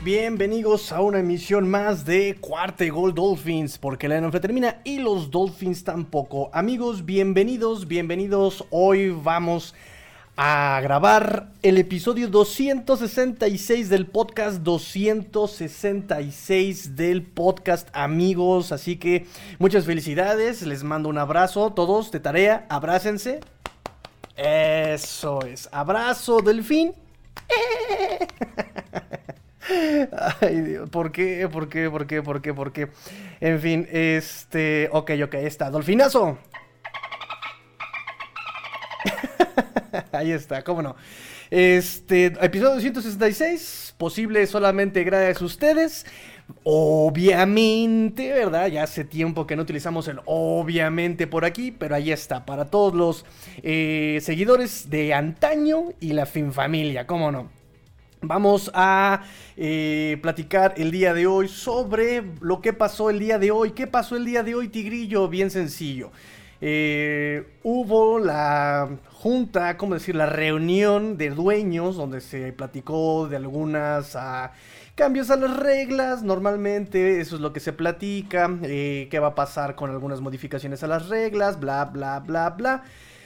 Bienvenidos a una emisión más de Cuarta y Gol Dolphins, porque la NFL termina y los Dolphins tampoco. Amigos, bienvenidos. Hoy vamos a grabar el episodio 266 del podcast, amigos. Así que muchas felicidades, les mando un abrazo, todos de tarea, abrácense. Eso es, abrazo, Delfín. Ay, Dios, ¿por qué? En fin, ok, ahí está, Dolfinazo. Ahí está, cómo no. Episodio 266, posible solamente gracias a ustedes. Obviamente, ¿verdad? Ya hace tiempo que no utilizamos el obviamente por aquí, pero ahí está, para todos los seguidores de antaño y la FinFamilia, cómo no. Vamos a platicar el día de hoy sobre lo que pasó el día de hoy. ¿Qué pasó el día de hoy, Tigrillo? Bien sencillo. Hubo la junta, la reunión de dueños donde se platicó de algunas cambios a las reglas. Normalmente eso es lo que se platica, qué va a pasar con algunas modificaciones a las reglas, bla, bla, bla, bla.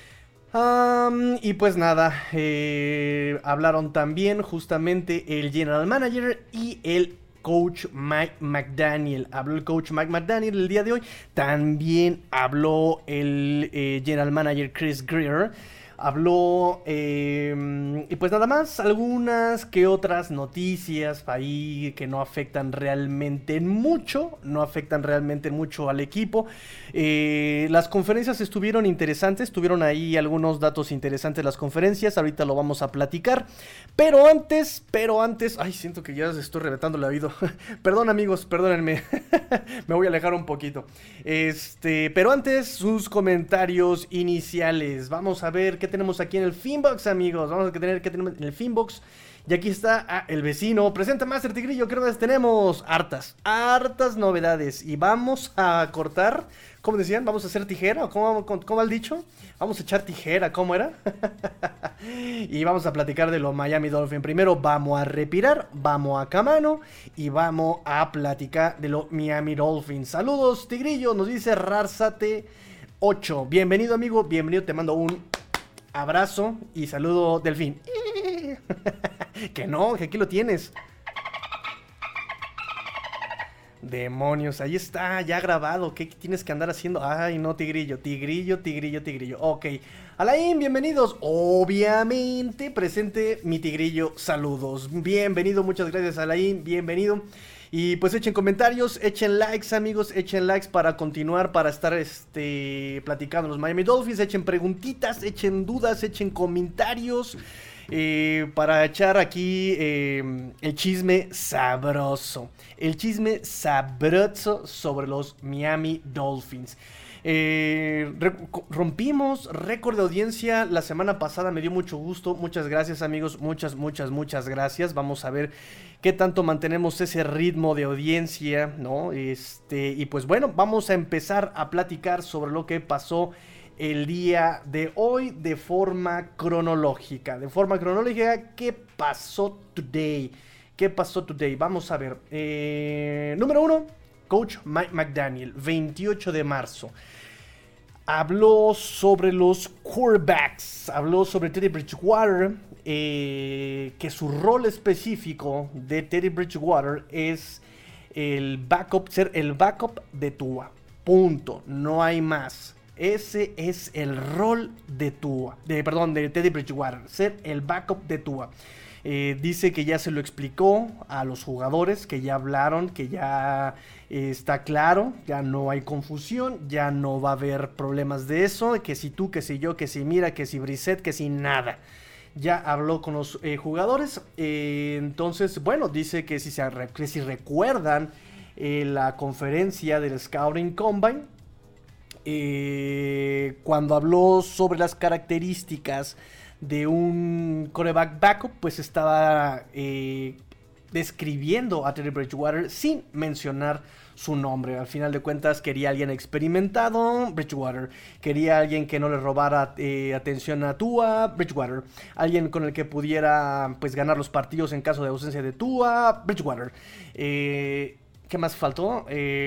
Y pues nada, hablaron también justamente el General Manager y el Coach Mike McDaniel. Habló el Coach Mike McDaniel el día de hoy. También habló el General Manager Chris Grier. Habló y pues nada más, algunas que otras noticias ahí que no afectan realmente mucho al equipo. Las conferencias estuvieron interesantes, tuvieron ahí algunos datos interesantes las conferencias, ahorita lo vamos a platicar. Pero antes, ay, siento que ya les estoy reventando el oído. Perdón amigos, perdónenme, me voy a alejar un poquito. Pero antes, sus comentarios iniciales. Vamos a ver qué tenemos aquí en el Finbox, amigos. Vamos a tener que tenemos en el Finbox. Y aquí está el vecino. Presenta Master Tigrillo. ¿Qué novedades tenemos? Hartas novedades. Y vamos a cortar. ¿Cómo decían? ¿Vamos a hacer tijera? ¿O cómo al dicho? Vamos a echar tijera. ¿Cómo era? Y vamos a platicar de los Miami Dolphins. Primero vamos a respirar. Vamos a Camano. Y vamos a platicar de los Miami Dolphins. Saludos, Tigrillo. Nos dice Rarsate 8. Bienvenido, amigo. Bienvenido. Te mando un abrazo y saludo, Delfín. Que no, que aquí lo tienes. Demonios, ahí está, ya grabado. ¿Qué tienes que andar haciendo? Ay, no, Tigrillo. Ok, Alain, bienvenidos. Obviamente, presente mi Tigrillo, saludos. Bienvenido, muchas gracias, Alain, bienvenido. Y pues echen comentarios, echen likes, amigos, echen likes para continuar, para estar platicando los Miami Dolphins. Echen preguntitas, echen dudas, echen comentarios. Para echar aquí el chisme sabroso. El chisme sabroso sobre los Miami Dolphins. Rompimos récord de audiencia la semana pasada, me dio mucho gusto. Muchas gracias, amigos, muchas gracias. Vamos a ver qué tanto mantenemos ese ritmo de audiencia, ¿no? Y pues bueno, vamos a empezar a platicar sobre lo que pasó el día de hoy de forma cronológica. ¿Qué pasó today? Vamos a ver. Número 1, Coach Mike McDaniel, 28 de marzo. Habló sobre los quarterbacks. Habló sobre Teddy Bridgewater. Que su rol específico de Teddy Bridgewater es ser el backup de Tua. Punto. No hay más. Ese es el rol de Teddy Bridgewater, ser el backup de Tua. Dice que ya se lo explicó a los jugadores, que ya hablaron, que ya está claro, ya no hay confusión, ya no va a haber problemas de eso, que si tú, que si yo, que si Mira, que si Brissett, que si nada. Ya habló con los jugadores, entonces, bueno, dice que si recuerdan la conferencia del Scouting Combine, cuando habló sobre las características de un quarterback backup, pues estaba describiendo a Teddy Bridgewater sin mencionar su nombre. Al final de cuentas quería alguien experimentado, Bridgewater. Quería alguien que no le robara atención a Tua, Bridgewater. Alguien con el que pudiera pues ganar los partidos en caso de ausencia de Tua, Bridgewater. ¿Qué más faltó?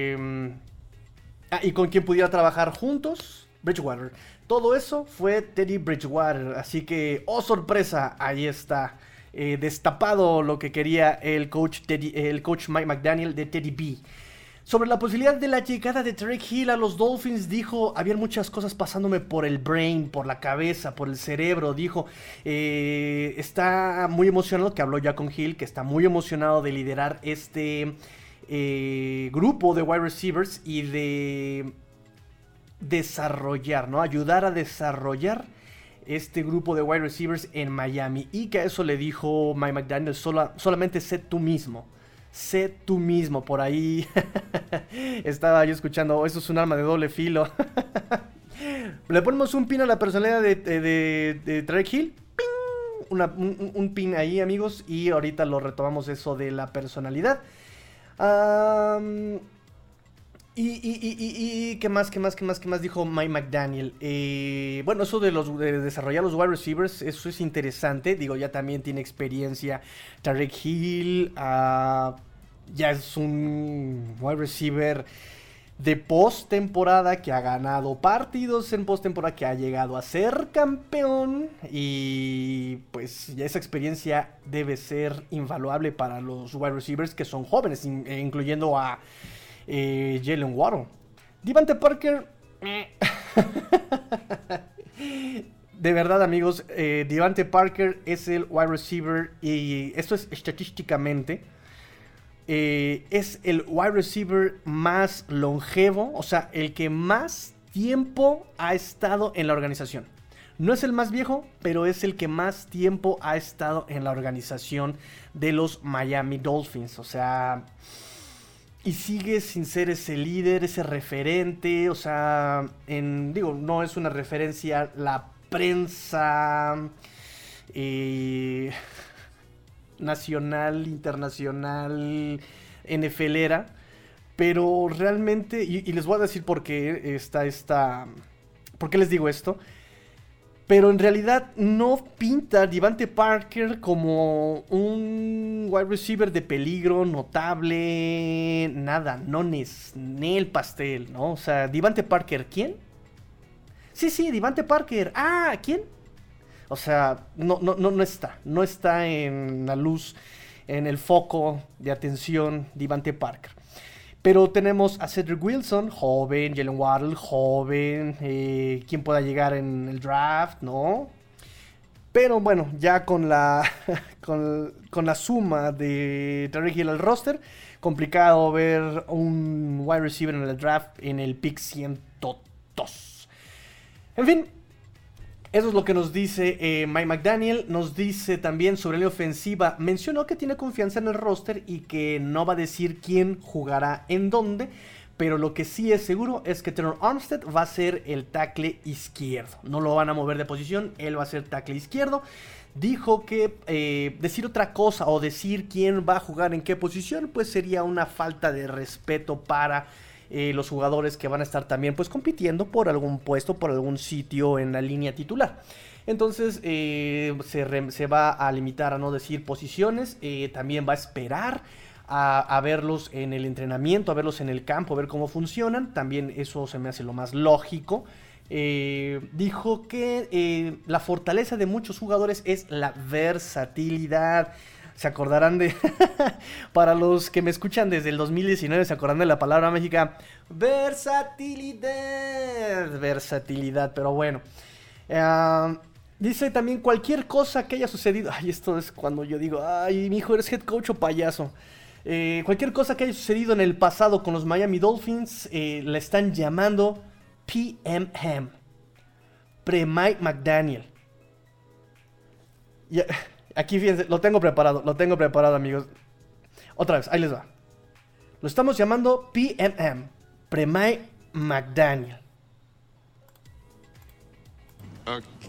Y con quien pudiera trabajar juntos, Bridgewater. Todo eso fue Teddy Bridgewater. Así que, oh sorpresa, ahí está. Destapado lo que quería el coach Mike McDaniel de Teddy B. Sobre la posibilidad de la llegada de Tyreek Hill a los Dolphins, dijo, había muchas cosas pasándome por el brain, por la cabeza, por el cerebro. Dijo, está muy emocionado, que habló ya con Hill, que está muy emocionado de liderar este grupo de wide receivers y de desarrollar, ¿no? Ayudar a desarrollar este grupo de wide receivers en Miami. Y que a eso le dijo Mike McDaniel, solamente sé tú mismo. Sé tú mismo. Por ahí estaba yo escuchando, eso es un arma de doble filo. Le ponemos un pin a la personalidad de Tyreek Hill. ¡Ping! Un pin ahí, amigos. Y ahorita lo retomamos eso de la personalidad. ¿Qué más dijo Mike McDaniel? Bueno, eso de desarrollar los wide receivers, eso es interesante. Digo, ya también tiene experiencia Tyreek Hill. Ya es un wide receiver de post-temporada que ha ganado partidos en post-temporada, que ha llegado a ser campeón. Y pues ya esa experiencia debe ser invaluable para los wide receivers que son jóvenes, incluyendo a Jalen Waddle. Devante Parker. De verdad, amigos, Devante Parker es el wide receiver, y esto es estadísticamente, es el wide receiver más longevo, o sea, el que más tiempo ha estado en la organización. No es el más viejo, pero es el que más tiempo ha estado en la organización de los Miami Dolphins. O sea, y sigue sin ser ese líder, ese referente. O sea, digo, no es una referencia la prensa nacional, internacional, NFLera, pero realmente, y les voy a decir por qué por qué les digo esto, pero en realidad no pinta Devante Parker como un wide receiver de peligro notable, nada, nones, ni el pastel, ¿no? O sea, Devante Parker, ¿quién? Sí, Devante Parker, ¿quién? O sea, no está en la luz, en el foco de atención Devante Parker. Pero tenemos a Cedric Wilson, joven, Jalen Waddle, joven, quien pueda llegar en el draft, ¿no? Pero bueno, ya con la con la suma de Tyreek Hill al roster, complicado ver un wide receiver en el draft en el pick 102. En fin, eso es lo que nos dice Mike McDaniel. Nos dice también sobre la ofensiva. Mencionó que tiene confianza en el roster y que no va a decir quién jugará en dónde. Pero lo que sí es seguro es que Terron Armstead va a ser el tackle izquierdo. No lo van a mover de posición, él va a ser tackle izquierdo. Dijo que decir otra cosa o decir quién va a jugar en qué posición, pues sería una falta de respeto para los jugadores que van a estar también pues compitiendo por algún puesto, por algún sitio en la línea titular. Entonces se va a limitar a no decir posiciones. También va a esperar a verlos en el entrenamiento, a verlos en el campo, a ver cómo funcionan. También eso se me hace lo más lógico. Dijo que la fortaleza de muchos jugadores es la versatilidad. Se acordarán de... Para los que me escuchan desde el 2019, se acordarán de la palabra mágica versatilidad. Versatilidad, pero bueno. Dice también cualquier cosa que haya sucedido. Ay, esto es cuando yo digo, ay, mi hijo, ¿eres head coach o payaso? Cualquier cosa que haya sucedido en el pasado con los Miami Dolphins, la están llamando PMM. Pre-Mike McDaniel. Ya... Aquí fíjense, lo tengo preparado, amigos. Otra vez, ahí les va. Lo estamos llamando PMM, Pre-Mike McDaniel. Ok.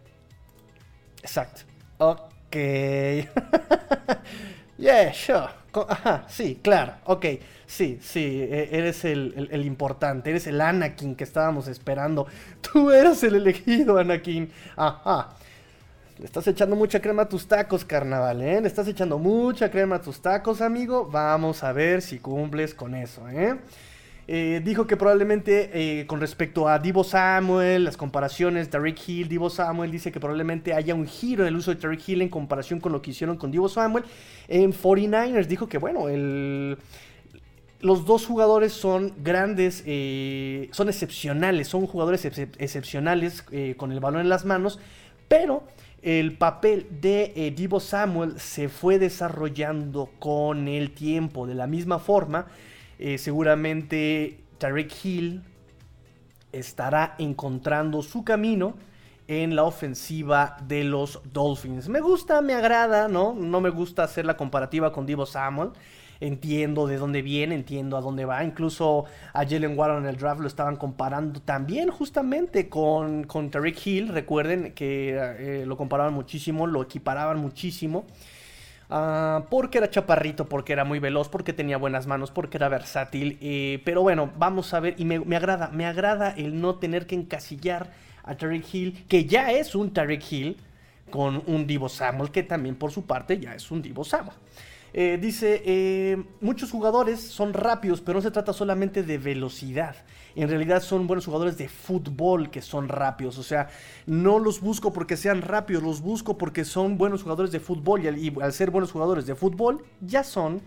Exacto. Ok. Yeah, sure. Ajá, sí, claro, ok, sí, sí, eres el importante, eres el Anakin que estábamos esperando. Tú eres el elegido, Anakin. Ajá. Le estás echando mucha crema a tus tacos, carnaval, ¿eh? Le estás echando mucha crema a tus tacos, amigo. Vamos a ver si cumples con eso, ¿eh? Dijo que probablemente con respecto a Deebo Samuel, las comparaciones, Tyreek Hill, Deebo Samuel, dice que probablemente haya un giro en el uso de Tyreek Hill en comparación con lo que hicieron con Deebo Samuel. En 49ers dijo que, bueno, los dos jugadores son grandes, son excepcionales, son jugadores excepcionales con el balón en las manos, pero el papel de Deebo Samuel se fue desarrollando con el tiempo. De la misma forma, seguramente Tyreek Hill estará encontrando su camino en la ofensiva de los Dolphins. Me gusta, me agrada, ¿no? No me gusta hacer la comparativa con Deebo Samuel. Entiendo de dónde viene, entiendo a dónde va. Incluso a Jalen Warren en el draft lo estaban comparando también justamente con Tyreek Hill. Recuerden que lo comparaban muchísimo, lo equiparaban muchísimo. Porque era chaparrito, porque era muy veloz, porque tenía buenas manos, porque era versátil. Pero bueno, vamos a ver. Y me agrada el no tener que encasillar a Tyreek Hill, que ya es un Tyreek Hill, con un Deebo Samuel, que también por su parte ya es un Deebo Samuel. Dice, muchos jugadores son rápidos, pero no se trata solamente de velocidad. En realidad son buenos jugadores de fútbol que son rápidos. O sea, no los busco porque sean rápidos, los busco porque son buenos jugadores de fútbol. Y al ser buenos jugadores de fútbol, ya son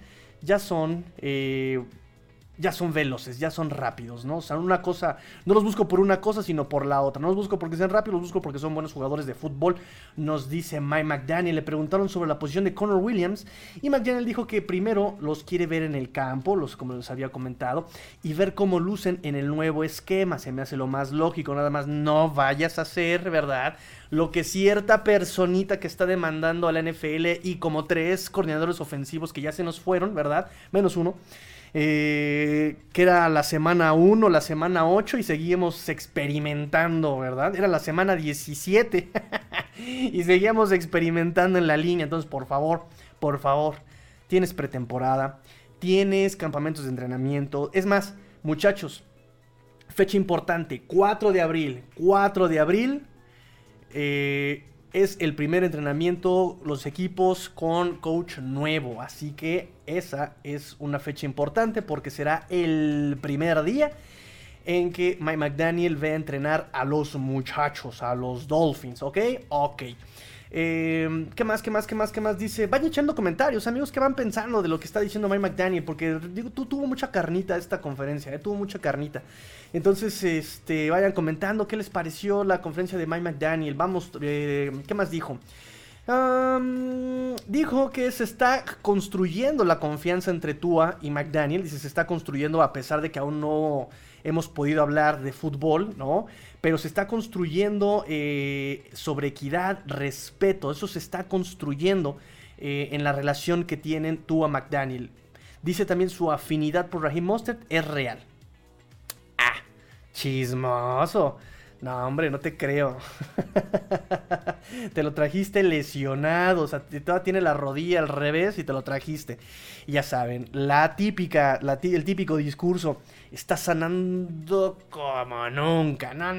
veloces, ya son rápidos, ¿no? O sea, una cosa, no los busco por una cosa, sino por la otra. No los busco porque sean rápidos, los busco porque son buenos jugadores de fútbol. Nos dice Mike McDaniel. Le preguntaron sobre la posición de Connor Williams y McDaniel dijo que primero los quiere ver en el campo, como les había comentado, y ver cómo lucen en el nuevo esquema. Se me hace lo más lógico, nada más no vayas a hacer, ¿verdad?, lo que cierta personita que está demandando a la NFL y como 3 coordinadores ofensivos que ya se nos fueron, ¿verdad?, menos uno. Que era la semana 1, la semana 8 y seguíamos experimentando, ¿verdad? Era la semana 17 y seguíamos experimentando en la línea. Entonces, por favor, tienes pretemporada, tienes campamentos de entrenamiento. Es más, muchachos, fecha importante, 4 de abril, es el primer entrenamiento, los equipos con coach nuevo, así que esa es una fecha importante porque será el primer día en que Mike McDaniel va a entrenar a los muchachos, a los Dolphins, ¿ok? Ok. ¿Qué más? Dice, vayan echando comentarios, amigos, ¿qué van pensando de lo que está diciendo Mike McDaniel? Porque, digo, tuvo mucha carnita esta conferencia, tuvo mucha carnita. Entonces, vayan comentando qué les pareció la conferencia de Mike McDaniel. Vamos, ¿qué más dijo? Dijo que se está construyendo la confianza entre Tua y McDaniel. Dice, se está construyendo a pesar de que aún no hemos podido hablar de fútbol, ¿no? Pero se está construyendo sobre equidad, respeto. Eso se está construyendo en la relación que tienen Tua McDaniel. Dice también su afinidad por Raheem Mostert es real. Ah, chismoso. No, hombre, no te creo. Te lo trajiste lesionado. O sea, todavía tiene la rodilla al revés y te lo trajiste. Y ya saben, el típico discurso. Está sanando como nunca. No.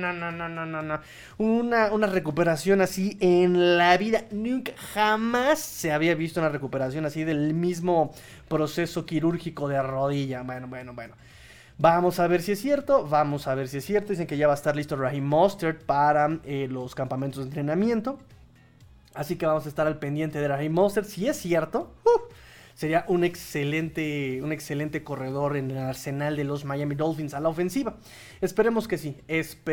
Una recuperación así en la vida. Nunca, jamás se había visto una recuperación así del mismo proceso quirúrgico de rodilla. Bueno. Vamos a ver si es cierto. Dicen que ya va a estar listo Raheem Mostert para los campamentos de entrenamiento. Así que vamos a estar al pendiente de Raheem Mostert. Si es cierto, sería un excelente corredor en el arsenal de los Miami Dolphins a la ofensiva. Esperemos que sí.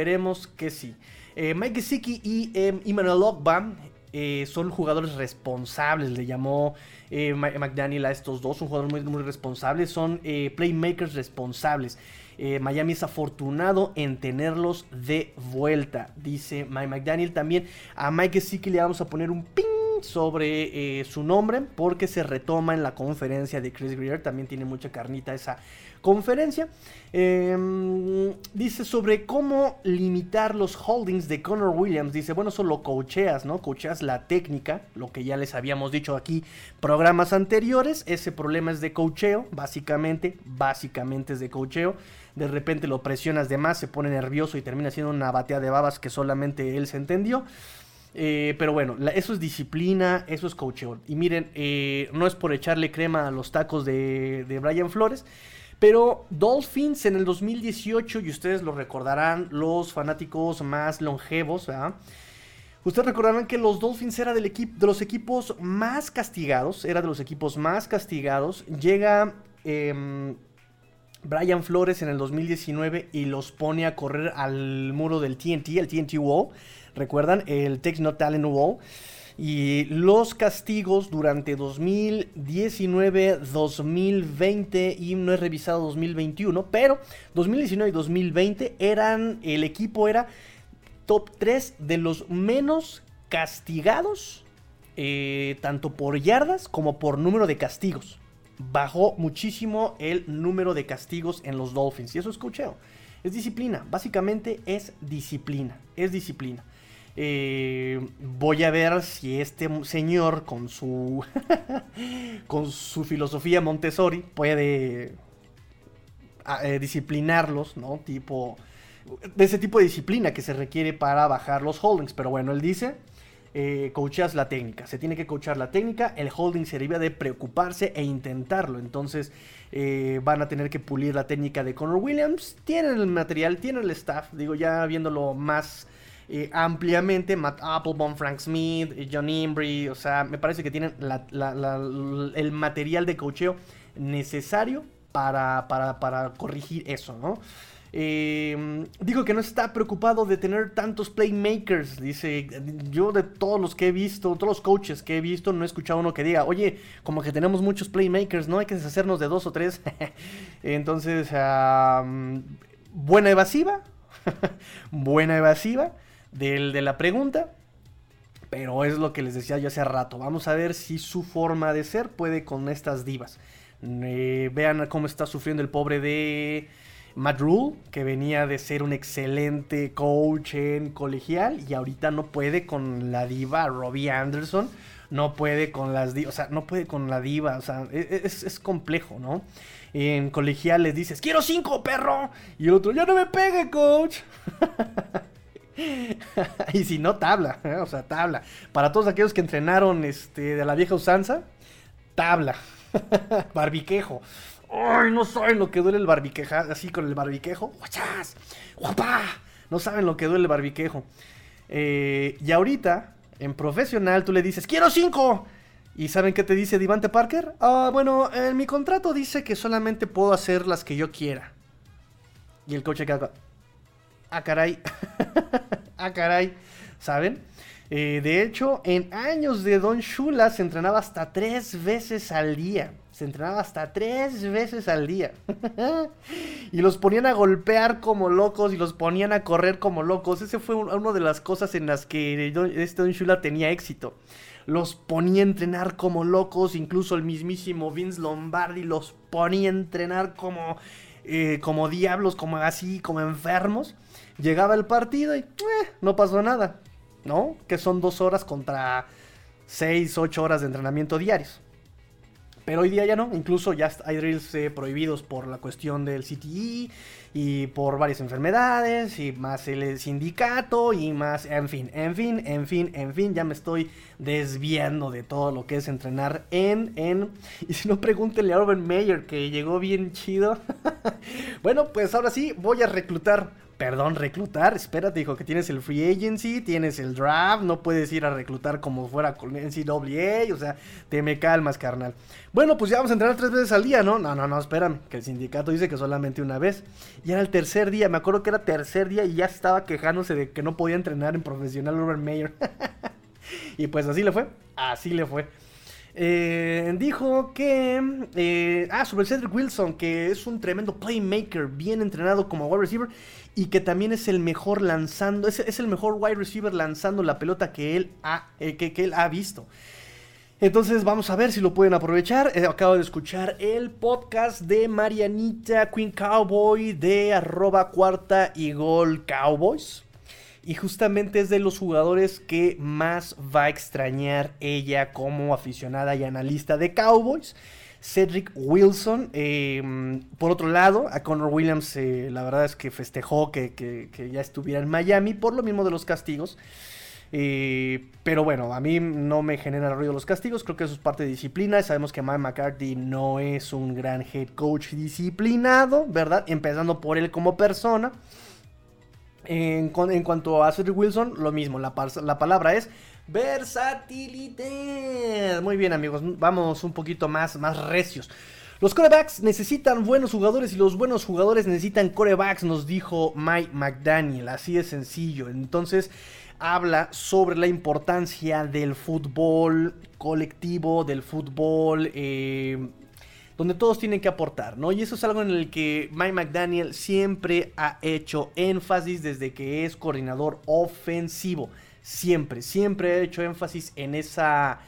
Mike Gesicki y Emmanuel Ogbah son jugadores responsables, le llamó McDaniel a estos dos. Son jugadores muy responsables, son playmakers responsables. Miami es afortunado en tenerlos de vuelta, dice Mike McDaniel. También a Mike Gesicki le vamos a poner un ping sobre su nombre, porque se retoma en la conferencia de Chris Greer. También tiene mucha carnita esa conferencia. Dice sobre cómo limitar los holdings de Connor Williams. Dice, bueno, eso lo coacheas, ¿no? Coacheas la técnica, lo que ya les habíamos dicho aquí programas anteriores. Ese problema es de coacheo, básicamente es de coacheo. De repente lo presionas de más, se pone nervioso y termina siendo una batea de babas que solamente él se entendió. Pero bueno, eso es disciplina, eso es coacheo. Y miren, no es por echarle crema a los tacos de Brian Flores, pero Dolphins en el 2018, y ustedes lo recordarán, los fanáticos más longevos, ¿verdad? Ustedes recordarán que los Dolphins era de los equipos más castigados, Llega Brian Flores en el 2019 y los pone a correr al muro del TNT, el TNT Wall. ¿Recuerdan? El Texas Talent Wall. Y los castigos durante 2019, 2020 y no he revisado 2021, pero 2019 y 2020 el equipo era top 3 de los menos castigados, tanto por yardas como por número de castigos. Bajó muchísimo el número de castigos en los Dolphins. Y eso es coacheo. Es disciplina. Básicamente es disciplina. Voy a ver si este señor con su con su filosofía Montessori puede disciplinarlos, ¿no? De ese tipo de disciplina que se requiere para bajar los holdings. Pero bueno, él dice... coacheas la técnica, se tiene que coachar la técnica. El holding se debe de preocuparse e intentarlo. Entonces van a tener que pulir la técnica de Connor Williams. Tienen el material, tienen el staff. Digo, ya viéndolo más ampliamente, Matt Applebaum, Frank Smith, John Embry. O sea, me parece que tienen el material de coacheo necesario para corregir eso, ¿no? Dijo que no está preocupado de tener tantos playmakers. Dice, yo de todos los que he visto, todos los coaches que he visto, no he escuchado uno que diga, oye, como que tenemos muchos playmakers, ¿no? Hay que deshacernos de 2 o 3. Entonces, buena evasiva de la pregunta. Pero es lo que les decía yo hace rato. Vamos a ver si su forma de ser puede con estas divas. Vean cómo está sufriendo el pobre de Matt Rhule, que venía de ser un excelente coach en colegial y ahorita no puede con la diva Robbie Anderson, no puede con las divas, o sea, no puede con la diva, o sea, es complejo, ¿no? En colegial les dices, quiero 5, perro, y el otro, ya no me pegue, coach. Y si no, tabla, o sea, tabla. Para todos aquellos que entrenaron de la vieja usanza, tabla. Barbiquejo. ¡Ay! No saben lo que duele el barbiquejo. Así con el barbiquejo. ¡Guachas! ¡Guapá! No saben lo que duele el barbiquejo. Y ahorita, en profesional, tú le dices, ¡quiero 5! ¿Y saben qué te dice Devante Parker? Bueno, en mi contrato dice que solamente puedo hacer las que yo quiera. Y el coach queda, caray. Caray. ¿Saben? De hecho, en años de Don Shula se entrenaba hasta 3 veces al día. Y los ponían a golpear como locos y los ponían a correr como locos. Ese fue una de las cosas en las que Don Shula tenía éxito. Los ponía a entrenar como locos. Incluso el mismísimo Vince Lombardi los ponía a entrenar como diablos, como enfermos. Llegaba el partido y no pasó nada, ¿no? Que son 2 horas contra 6, 8 horas de entrenamiento diarios. Pero hoy día ya no, incluso ya hay drills prohibidos por la cuestión del CTE y por varias enfermedades y más el sindicato y más, en fin, ya me estoy desviando de todo lo que es entrenar y si no, pregúntenle a Urban Meyer, que llegó bien chido. Bueno, pues ahora sí, voy a reclutar, espérate, hijo, que tienes el free agency, tienes el draft, no puedes ir a reclutar como fuera con NCAA, o sea, te me calmas, carnal. Bueno, pues ya vamos a entrenar 3 veces al día, ¿no? No, espérame, que el sindicato dice que solamente una vez. Y era el tercer día, me acuerdo que era tercer día y ya estaba quejándose de que no podía entrenar en profesional Urban Meyer. Y pues así le fue. Dijo que... sobre Cedric Wilson, que es un tremendo playmaker, bien entrenado como wide receiver, y que también es el mejor lanzando, es el mejor wide receiver lanzando la pelota que él ha visto. Entonces vamos a ver si lo pueden aprovechar. Acabo de escuchar el podcast de Marianita Queen Cowboy de @cuarta-y-gol-Cowboys. Y justamente es de los jugadores que más va a extrañar ella como aficionada y analista de Cowboys. Cedric Wilson. Por otro lado, a Connor Williams la verdad es que festejó que ya estuviera en Miami por lo mismo de los castigos. Pero bueno, a mí no me genera ruido los castigos, creo que eso es parte de disciplina. Sabemos que Mike McCarthy no es un gran head coach disciplinado, ¿verdad? Empezando por él como persona. En cuanto a Cedric Wilson, lo mismo, la palabra es versatilidad. Muy bien, amigos, vamos un poquito más recios. Los quarterbacks necesitan buenos jugadores y los buenos jugadores necesitan quarterbacks, nos dijo Mike McDaniel, así de sencillo. Entonces habla sobre la importancia del fútbol colectivo, del fútbol donde todos tienen que aportar, ¿no? Y eso es algo en el que Mike McDaniel siempre ha hecho énfasis desde que es coordinador ofensivo. Siempre ha hecho énfasis en ese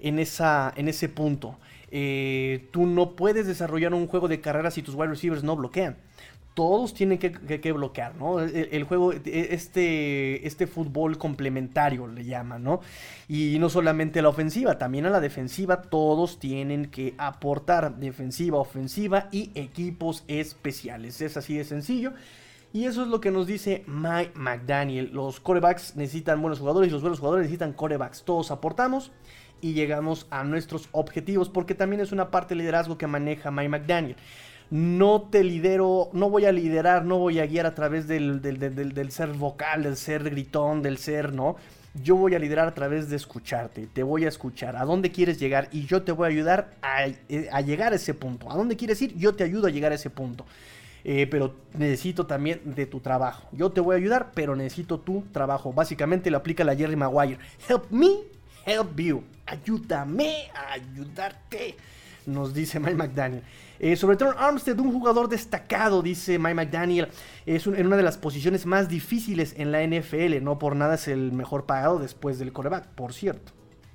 punto. Tú no puedes desarrollar un juego de carreras si tus wide receivers no bloquean. Todos tienen que bloquear, ¿no? El juego, este fútbol complementario le llaman, ¿no? Y no solamente a la ofensiva, también a la defensiva todos tienen que aportar. Defensiva, ofensiva y equipos especiales. Es así de sencillo. Y eso es lo que nos dice Mike McDaniel. Los quarterbacks necesitan buenos jugadores y los buenos jugadores necesitan quarterbacks. Todos aportamos y llegamos a nuestros objetivos, porque también es una parte de liderazgo que maneja Mike McDaniel. No te lidero, no voy a liderar, no voy a guiar a través del ser vocal, del ser gritón, del ser, ¿no? Yo voy a liderar a través de escucharte, te voy a escuchar, a dónde quieres llegar y yo te voy a ayudar a llegar a ese punto. A dónde quieres ir, yo te ayudo a llegar a ese punto. Pero necesito también de tu trabajo. Yo te voy a ayudar, pero necesito tu trabajo. Básicamente lo aplica la Jerry Maguire. Help me, help you. Ayúdame a ayudarte, nos dice Mike McDaniel. Sobre Terron Armstead, un jugador destacado, dice Mike McDaniel, es en una de las posiciones más difíciles en la NFL, no por nada es el mejor pagado después del quarterback, por cierto.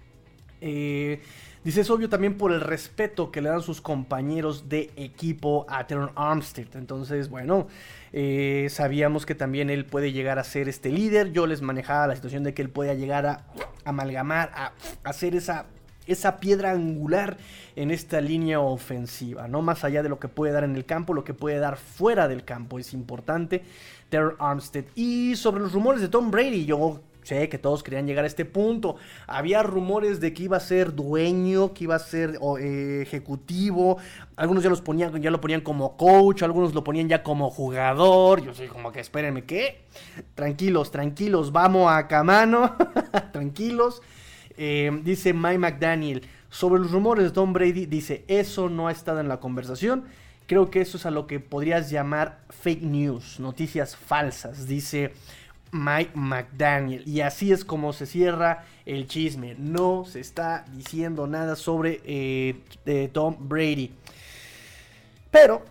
Dice, es obvio también por el respeto que le dan sus compañeros de equipo a Terron Armstead. Entonces, bueno, sabíamos que también él puede llegar a ser este líder. Yo les manejaba la situación de que él pueda llegar a amalgamar, a hacer esa piedra angular en esta línea ofensiva, ¿no? Más allá de lo que puede dar en el campo, lo que puede dar fuera del campo es importante. Terron Armstead. Y sobre los rumores de Tom Brady, yo sé que todos querían llegar a este punto. Había rumores de que iba a ser dueño, que iba a ser ejecutivo. Algunos ya lo ponían como coach, algunos lo ponían ya como jugador. Yo soy como que espérenme, ¿qué? Tranquilos, vamos a camano. Tranquilos. Dice Mike McDaniel sobre los rumores de Tom Brady, dice, eso no ha estado en la conversación. Creo que eso es a lo que podrías llamar fake news, noticias falsas, dice Mike McDaniel. Y así es como se cierra el chisme. No se está diciendo nada sobre Tom Brady. Pero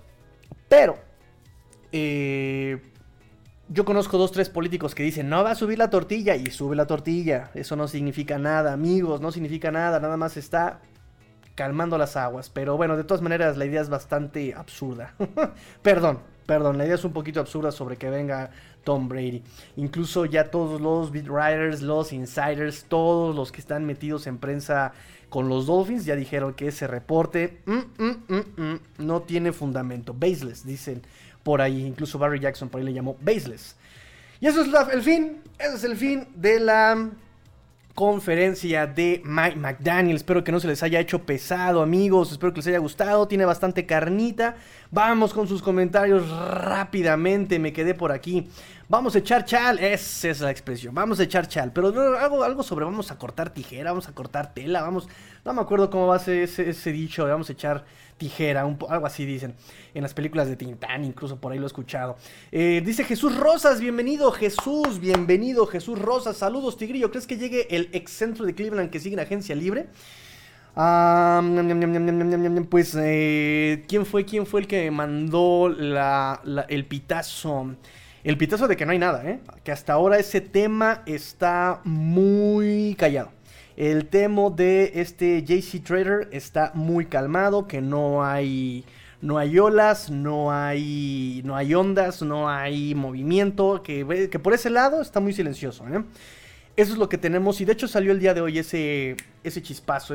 yo conozco 2-3 políticos que dicen, no va a subir la tortilla, y sube la tortilla. Eso no significa nada, amigos, no significa nada, nada más está calmando las aguas. Pero bueno, de todas maneras la idea es bastante absurda. Perdón, la idea es un poquito absurda sobre que venga Tom Brady. Incluso ya todos los beat writers, los insiders, todos los que están metidos en prensa con los Dolphins ya dijeron que ese reporte no tiene fundamento. Baseless, dicen por ahí. Incluso Barry Jackson por ahí le llamó baseless. Y eso es el fin. Ese es el fin de la conferencia de Mike McDaniel. Espero que no se les haya hecho pesado, amigos. Espero que les haya gustado. Tiene bastante carnita. Vamos con sus comentarios rápidamente. Me quedé por aquí. Vamos a echar chal. Esa es la expresión. Vamos a echar chal. Pero algo sobre vamos a cortar tijera. Vamos a cortar tela. No me acuerdo cómo va a ser ese dicho. Vamos a echar tijera. Algo así dicen. En las películas de Tintán. Incluso por ahí lo he escuchado. Dice Jesús Rosas. Bienvenido Jesús. Bienvenido Jesús Rosas. Saludos Tigrillo. ¿Crees que llegue el ex centro de Cleveland que sigue en agencia libre? Pues, ¿quién fue el que mandó el pitazo? El pitazo de que no hay nada, ¿eh? Que hasta ahora ese tema está muy callado. El tema de este JC Trader está muy calmado, que no hay olas, no hay ondas, no hay movimiento, que por ese lado está muy silencioso, ¿eh? Eso es lo que tenemos y de hecho salió el día de hoy ese chispazo,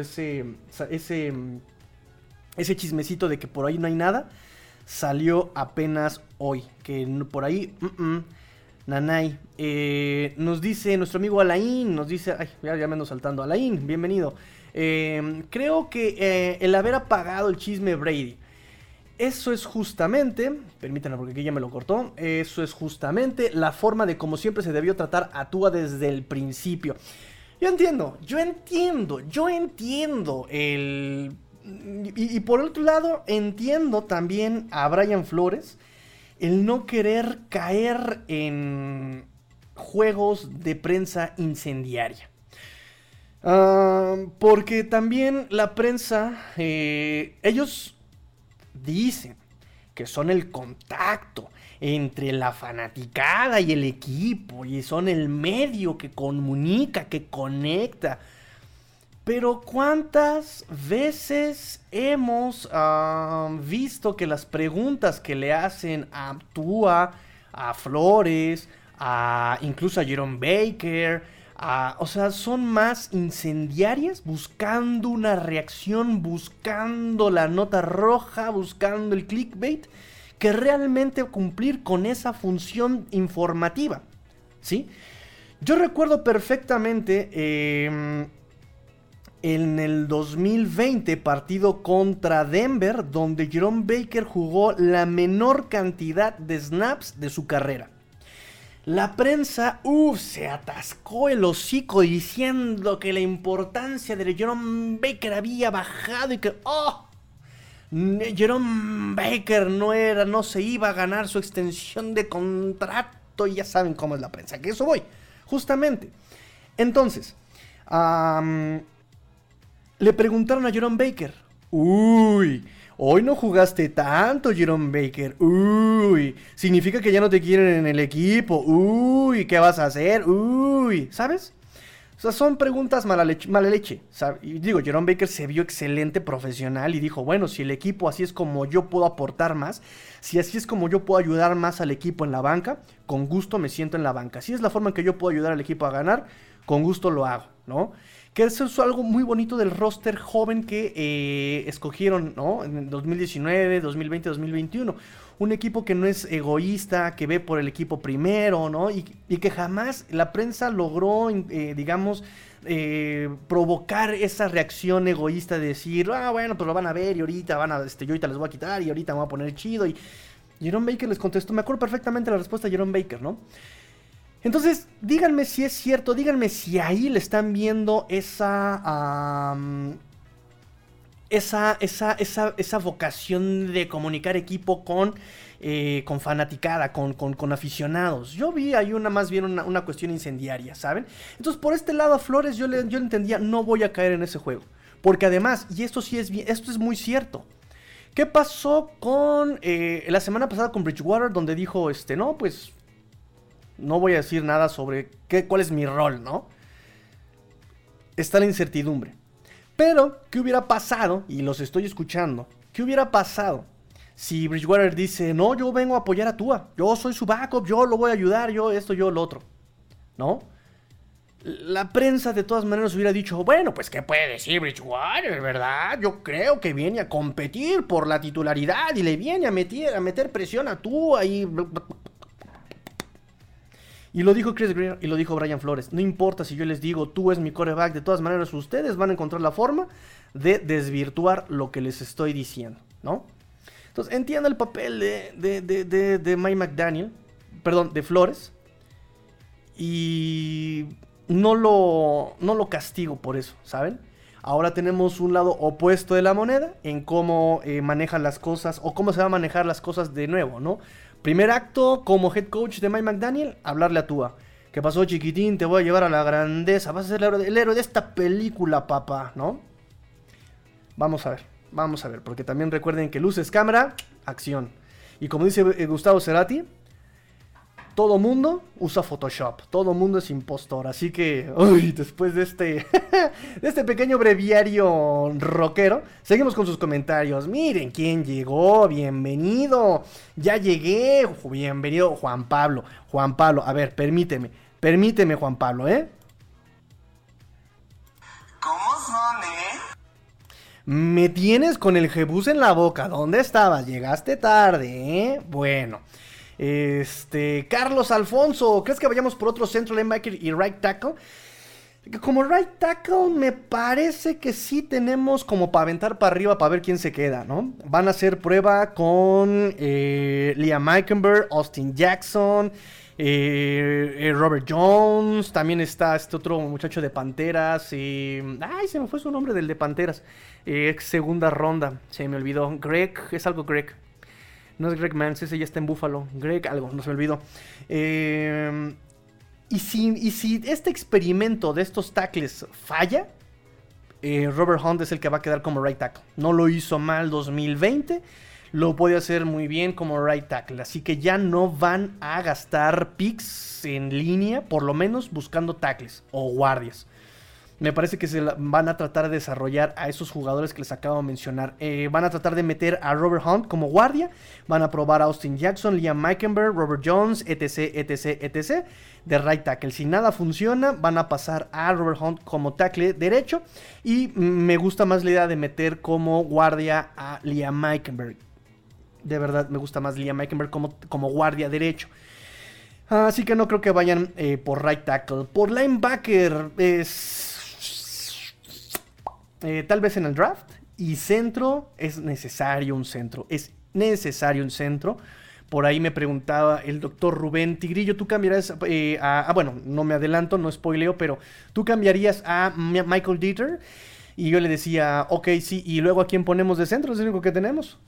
ese chismecito de que por ahí no hay nada, salió apenas hoy, que por ahí, nanay, nos dice nuestro amigo Alain, nos dice, ay, ya me ando saltando, Alain, bienvenido, creo que el haber apagado el chisme Brady, eso es justamente, permítanme porque aquí ya me lo cortó, eso es justamente la forma de como siempre se debió tratar a Tua desde el principio. Yo entiendo y por otro lado, entiendo también a Brian Flores el no querer caer en juegos de prensa incendiaria. Porque también la prensa, ellos dicen que son el contacto entre la fanaticada y el equipo y son el medio que comunica, que conecta. Pero ¿cuántas veces hemos visto que las preguntas que le hacen a Tua, a Flores, incluso a Jerome Baker, o sea, son más incendiarias, buscando una reacción, buscando la nota roja, buscando el clickbait, que realmente cumplir con esa función informativa, ¿sí? Yo recuerdo perfectamente en el 2020 partido contra Denver, donde Jerome Baker jugó la menor cantidad de snaps de su carrera. La prensa, se atascó el hocico diciendo que la importancia de Jerome Baker había bajado y que, Jerome Baker no se iba a ganar su extensión de contrato y ya saben cómo es la prensa, que eso voy, justamente. Entonces, le preguntaron a Jerome Baker, hoy no jugaste tanto, Jerome Baker. Significa que ya no te quieren en el equipo. ¿Qué vas a hacer? ¿Sabes? O sea, son preguntas mala leche. Y digo, Jerome Baker se vio excelente profesional y dijo, bueno, si el equipo así es como yo puedo aportar más, si así es como yo puedo ayudar más al equipo en la banca, con gusto me siento en la banca. Si es la forma en que yo puedo ayudar al equipo a ganar, con gusto lo hago, ¿no? Que eso es algo muy bonito del roster joven que escogieron, ¿no? En 2019, 2020, 2021. Un equipo que no es egoísta, que ve por el equipo primero, ¿no? Y que jamás la prensa logró, provocar esa reacción egoísta de decir, bueno, pues lo van a ver y ahorita yo ahorita les voy a quitar y ahorita me voy a poner chido. Y Jerome Baker les contestó, me acuerdo perfectamente la respuesta de Jerome Baker, ¿no? Entonces, díganme si es cierto, díganme si ahí le están viendo esa vocación de comunicar equipo con fanaticada, con aficionados. Yo vi ahí más bien una cuestión incendiaria, ¿saben? Entonces, por este lado a Flores yo le entendía, no voy a caer en ese juego. Porque además, y esto es muy cierto. ¿Qué pasó con la semana pasada con Bridgewater, donde dijo, no, pues no voy a decir nada sobre cuál es mi rol, ¿no? Está la incertidumbre. Pero, ¿qué hubiera pasado? Y los estoy escuchando. ¿Qué hubiera pasado si Bridgewater dice, no, yo vengo a apoyar a Tua, yo soy su backup, yo lo voy a ayudar, yo esto, yo lo otro, ¿no? La prensa de todas maneras hubiera dicho, bueno, pues ¿qué puede decir Bridgewater, verdad? Yo creo que viene a competir por la titularidad y le viene a meter presión a Tua y... Y lo dijo Chris Greer y lo dijo Brian Flores. No importa si yo les digo, tú es mi quarterback, de todas maneras ustedes van a encontrar la forma de desvirtuar lo que les estoy diciendo, ¿no? Entonces entiendo el papel de Mike McDaniel, perdón, de Flores. Y no lo castigo por eso, ¿saben? Ahora tenemos un lado opuesto de la moneda en cómo manejan las cosas o cómo se va a manejar las cosas de nuevo, ¿no? Primer acto, como head coach de Mike McDaniel, hablarle a Tua. ¿Qué pasó, chiquitín? Te voy a llevar a la grandeza. Vas a ser el héroe de esta película, papá, ¿no? Vamos a ver, porque también recuerden que luces, cámara, acción. Y como dice Gustavo Cerati, todo mundo usa Photoshop, todo mundo es impostor, así que, uy, después de de este pequeño breviario rockero, seguimos con sus comentarios. Miren quién llegó, bienvenido, ya llegué, bienvenido Juan Pablo, a ver, permíteme Juan Pablo, ¿Cómo son, Me tienes con el jebus en la boca, ¿dónde estabas? Llegaste tarde, Bueno... Carlos Alfonso, ¿crees que vayamos por otro centro linebacker y right tackle? Como right tackle me parece que sí tenemos como para aventar para arriba para ver quién se queda, ¿no? Van a hacer prueba con Liam Eichenberg, Austin Jackson, Robert Jones, también está este otro muchacho de Panteras, ay, se me fue su nombre del de Panteras, ex segunda ronda, se me olvidó, Greg. No es Greg Mans, ese ya está en Buffalo. Greg algo, no se me olvidó. Y si este experimento de estos tackles falla, Robert Hunt es el que va a quedar como right tackle. No lo hizo mal 2020, lo puede hacer muy bien como right tackle. Así que ya no van a gastar picks en línea, por lo menos buscando tackles o guardias. Me parece que van a tratar de desarrollar a esos jugadores que les acabo de mencionar. Van a tratar de meter a Robert Hunt como guardia. Van a probar a Austin Jackson, Liam Eichenberg, Robert Jones, etc. De right tackle. Si nada funciona, van a pasar a Robert Hunt como tackle derecho. Y me gusta más la idea de meter como guardia a Liam Eichenberg. De verdad, me gusta más Liam Eichenberg como guardia derecho. Así que no creo que vayan por right tackle. Por linebacker tal vez en el draft. Y centro, es necesario un centro. Por ahí me preguntaba el doctor Rubén Tigrillo, ¿tú cambiarías bueno, no me adelanto, no spoileo, pero ¿tú cambiarías a Michael Dieter? Y yo le decía, ok, sí, y luego ¿a quién ponemos de centro? Es el único que tenemos.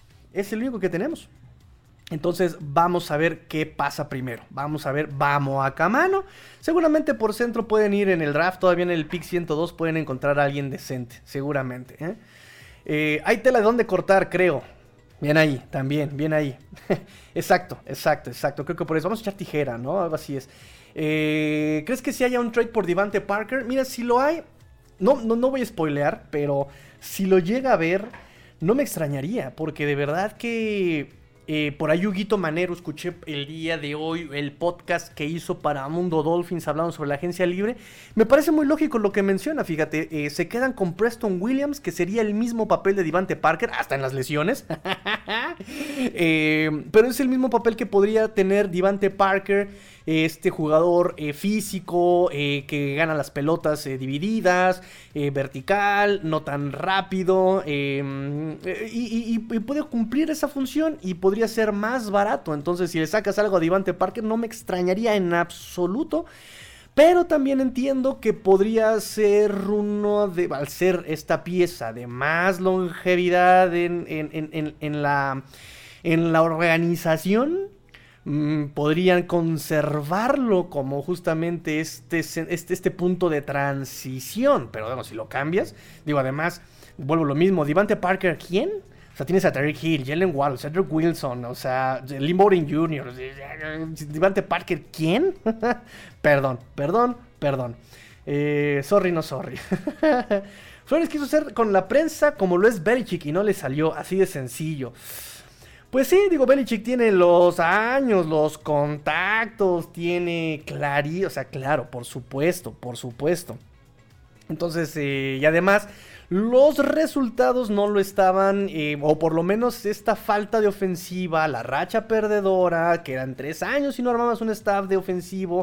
Entonces vamos a ver qué pasa primero. Vamos a Camano. Seguramente por centro pueden ir en el draft. Todavía en el pick 102 pueden encontrar a alguien decente. Seguramente. Hay tela de dónde cortar, creo. Bien ahí, también, bien ahí. Exacto. Creo que por eso vamos a echar tijera, ¿no? Algo así es. ¿Crees que si haya un trade por Devante Parker? Mira, si lo hay, no voy a spoilear, pero si lo llega a ver, no me extrañaría, porque de verdad que por ahí Huguito Manero, escuché el día de hoy el podcast que hizo para Mundo Dolphins hablando sobre la agencia libre. Me parece muy lógico lo que menciona, fíjate, se quedan con Preston Williams, que sería el mismo papel de Devante Parker, hasta en las lesiones. Pero es el mismo papel que podría tener Devante Parker, este jugador físico, que gana las pelotas divididas, vertical, no tan rápido, y puede cumplir esa función y podría ser más barato. Entonces, si le sacas algo a Devante Parker, no me extrañaría en absoluto. Pero también entiendo que podría ser al ser esta pieza de más longevidad en la organización, podrían conservarlo como justamente este punto de transición. Pero bueno, si lo cambias, además, vuelvo a lo mismo, Devante Parker, ¿quién? O sea, tienes a Tyreek Hill, Jalen Waddle, Cedric Wilson, o sea, Lynn Bowden Jr., Devante Parker, ¿quién? Perdón. Sorry, no sorry. Flores quiso ser con la prensa como lo es Belichick y no le salió, así de sencillo. Pues sí, Belichick tiene los años, los contactos, tiene claro, por supuesto. Entonces, y además, los resultados no lo estaban, o por lo menos esta falta de ofensiva, la racha perdedora, que eran 3 años y no armabas un staff ofensivo,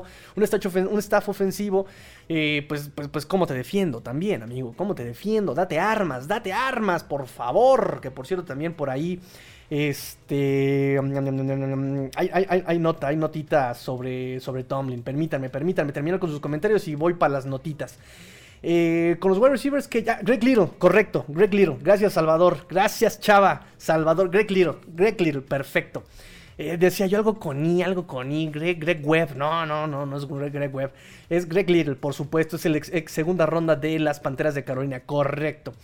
pues ¿cómo te defiendo también, amigo? ¿Cómo te defiendo? Date armas, por favor. Que por cierto, también por ahí, hay notita sobre Tomlin. Permítanme, termino con sus comentarios y voy para las notitas. Con los wide receivers que ya... Greg Little, correcto, Greg Little. Gracias, Salvador. Gracias, Chava. Salvador, Greg Little, perfecto. Decía yo algo con I, Greg Webb. No es Greg Webb. Es Greg Little, por supuesto. Es el ex segunda ronda de las Panteras de Carolina, correcto.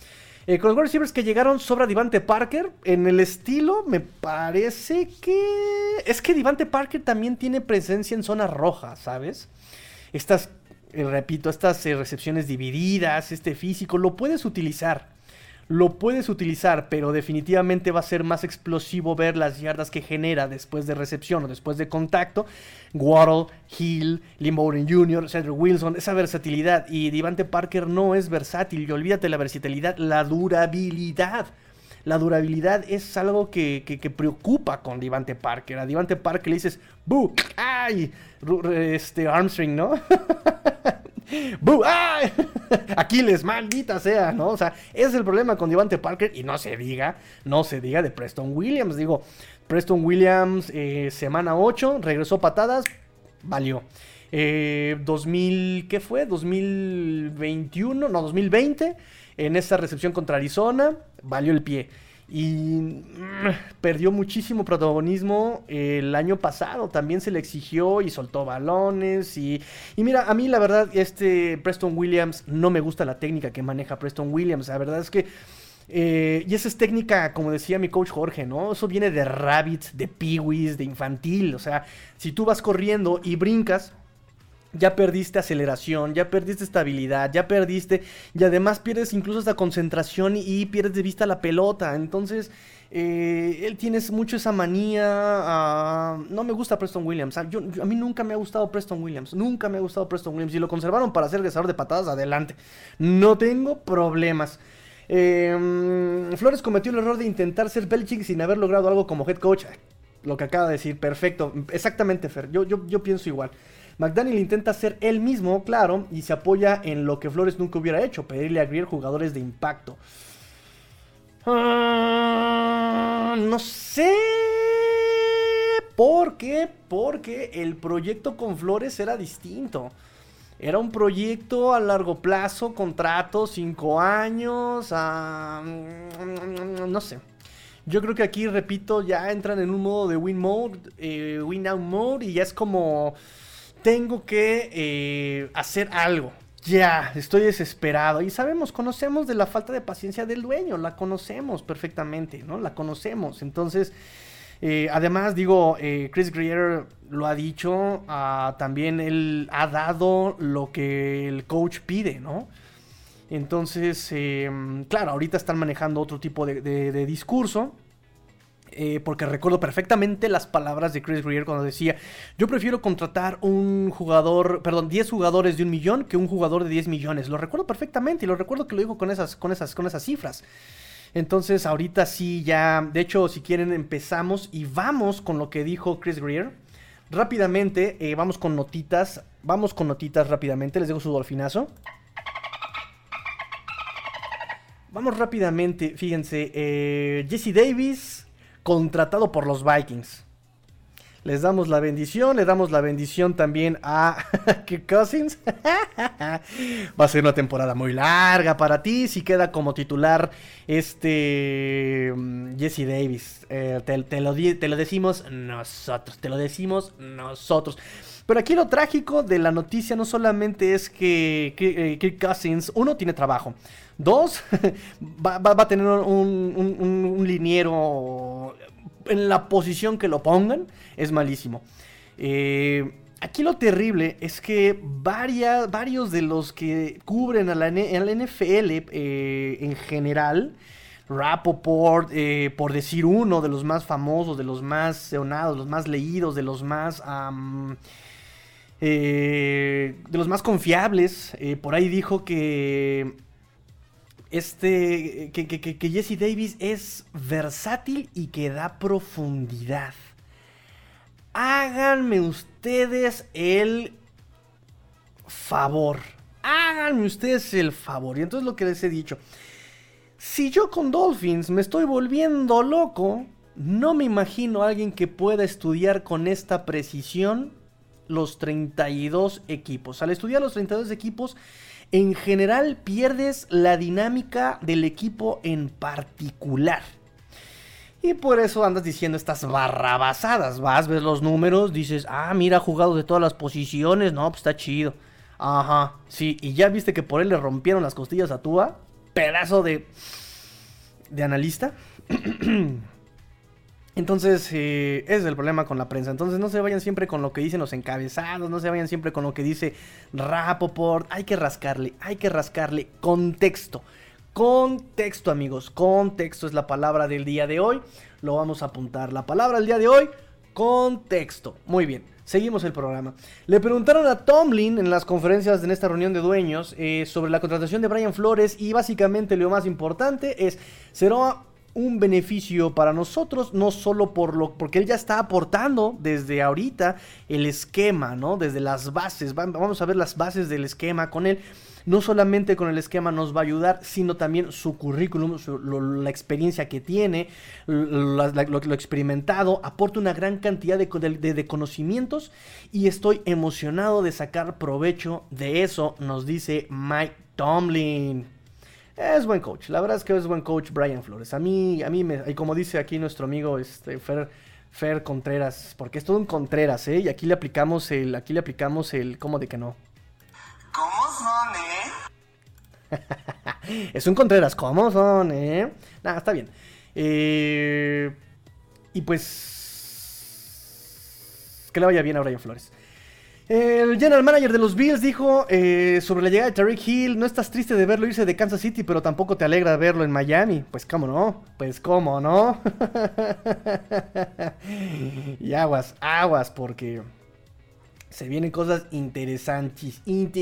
Con los wide receivers que llegaron sobra Devante Parker. En el estilo, me parece que... Es que Devante Parker también tiene presencia en zona roja, ¿sabes? Estas, repito, estas recepciones divididas, este físico, lo puedes utilizar. Lo puedes utilizar, pero definitivamente va a ser más explosivo ver las yardas que genera después de recepción o después de contacto. Waddle, Hill, Lynn Bowden Jr., Cedric Wilson, esa versatilidad. Y Devante Parker no es versátil. Y olvídate la versatilidad, la durabilidad. La durabilidad es algo que preocupa con Devante Parker. A Devante Parker le dices, ¡bu! ¡Ay! Armstrong, ¿no? ¡Bu! ¡Ay! Aquiles, maldita sea, ¿no? O sea, ese es el problema con Devante Parker. Y no se diga de Preston Williams. Digo, Preston Williams, semana 8, regresó patadas, valió. 2000, ¿qué fue? 2021, no, 2020, en esa recepción contra Arizona, valió el pie. Y perdió muchísimo protagonismo el año pasado. También se le exigió y soltó balones. Y mira, a mí la verdad, Preston Williams, no me gusta la técnica que maneja Preston Williams. La verdad es que, y esa es técnica, como decía mi coach Jorge, ¿no? Eso viene de rabbits, de peewees, de infantil. O sea, si tú vas corriendo y brincas, ya perdiste aceleración, ya perdiste estabilidad, ya perdiste, y además pierdes incluso esta concentración y pierdes de vista la pelota. Entonces, él tiene mucho esa manía. No me gusta Preston Williams. A mí nunca me ha gustado Preston Williams. Nunca me ha gustado Preston Williams. Si lo conservaron para ser regresador de patadas, adelante. No tengo problemas. Flores cometió el error de intentar ser Belichick sin haber logrado algo como head coach. Lo que acaba de decir, perfecto. Exactamente, Fer. Yo pienso igual. McDaniel intenta ser él mismo, claro, y se apoya en lo que Flores nunca hubiera hecho, pedirle a Grier jugadores de impacto. No sé. ¿Por qué? Porque el proyecto con Flores era distinto. Era un proyecto a largo plazo, contrato, 5 años, no sé. Yo creo que aquí, repito, ya entran en un modo de win mode, win now mode, y ya es como... Tengo que hacer algo. Ya, estoy desesperado. Y conocemos de la falta de paciencia del dueño. La conocemos perfectamente, ¿no? La conocemos. Entonces, además, digo, Chris Grier lo ha dicho. También él ha dado lo que el coach pide, ¿no? Entonces, claro, ahorita están manejando otro tipo de discurso. Porque recuerdo perfectamente las palabras de Chris Grier cuando decía: yo prefiero contratar 10 jugadores de 1 millón que un jugador de 10 millones. Lo recuerdo perfectamente y lo recuerdo que lo dijo con esas cifras. Entonces ahorita sí ya, de hecho, si quieren empezamos y vamos con lo que dijo Chris Grier. Rápidamente, vamos con notitas rápidamente, les dejo su dolfinazo. Vamos rápidamente, fíjense, Jesse Davis... contratado por los Vikings. Les damos la bendición también a Kirk Cousins. Va a ser una temporada muy larga para ti si queda como titular Jesse Davis. Te lo decimos nosotros. Pero aquí lo trágico de la noticia no solamente es que Kirk Cousins, uno, tiene trabajo. 2, va a tener un liniero en la posición que lo pongan. Es malísimo. Aquí lo terrible es que varios de los que cubren a la NFL en general, Rappaport, por decir uno de los más famosos, de los más sonados, los más leídos, de los más confiables, por ahí dijo que que Jesse Davis es versátil y que da profundidad. Háganme ustedes el favor. Y entonces lo que les he dicho. Si yo con Dolphins me estoy volviendo loco, no me imagino a alguien que pueda estudiar con esta precisión los 32 equipos. Al estudiar los 32 equipos, en general pierdes la dinámica del equipo en particular. Y por eso andas diciendo estas barrabasadas. Ves los números, dices, mira, ha jugado de todas las posiciones. No, pues está chido. Ajá, sí, y ya viste que por él le rompieron las costillas a Tua. Pedazo de... de analista. Entonces, ese es el problema con la prensa. Entonces, no se vayan siempre con lo que dicen los encabezados, no se vayan siempre con lo que dice Rapoport. Hay que rascarle contexto. Contexto, amigos, contexto es la palabra del día de hoy. Lo vamos a apuntar. La palabra del día de hoy, contexto. Muy bien, seguimos el programa. Le preguntaron a Tomlin en las conferencias en esta reunión de dueños sobre la contratación de Brian Flores y básicamente lo más importante es, será un beneficio para nosotros, no solo porque él ya está aportando desde ahorita el esquema, ¿no? Desde las bases, vamos a ver las bases del esquema con él. No solamente con el esquema nos va a ayudar, sino también su currículum, la experiencia que tiene, lo experimentado, aporta una gran cantidad de conocimientos y estoy emocionado de sacar provecho de eso, nos dice Mike Tomlin. Es buen coach, la verdad es que es buen coach Brian Flores. A mí y como dice aquí nuestro amigo Fer Contreras, porque es todo un Contreras, y aquí le aplicamos el ¿cómo de que no? ¿Cómo son, Es un Contreras, ¿cómo son, Nah, está bien. Y pues que le vaya bien a Brian Flores. El general manager de los Bills dijo sobre la llegada de Tyreek Hill: no estás triste de verlo irse de Kansas City, pero tampoco te alegra verlo en Miami. Pues cómo no. Y aguas, porque se vienen cosas interesantes.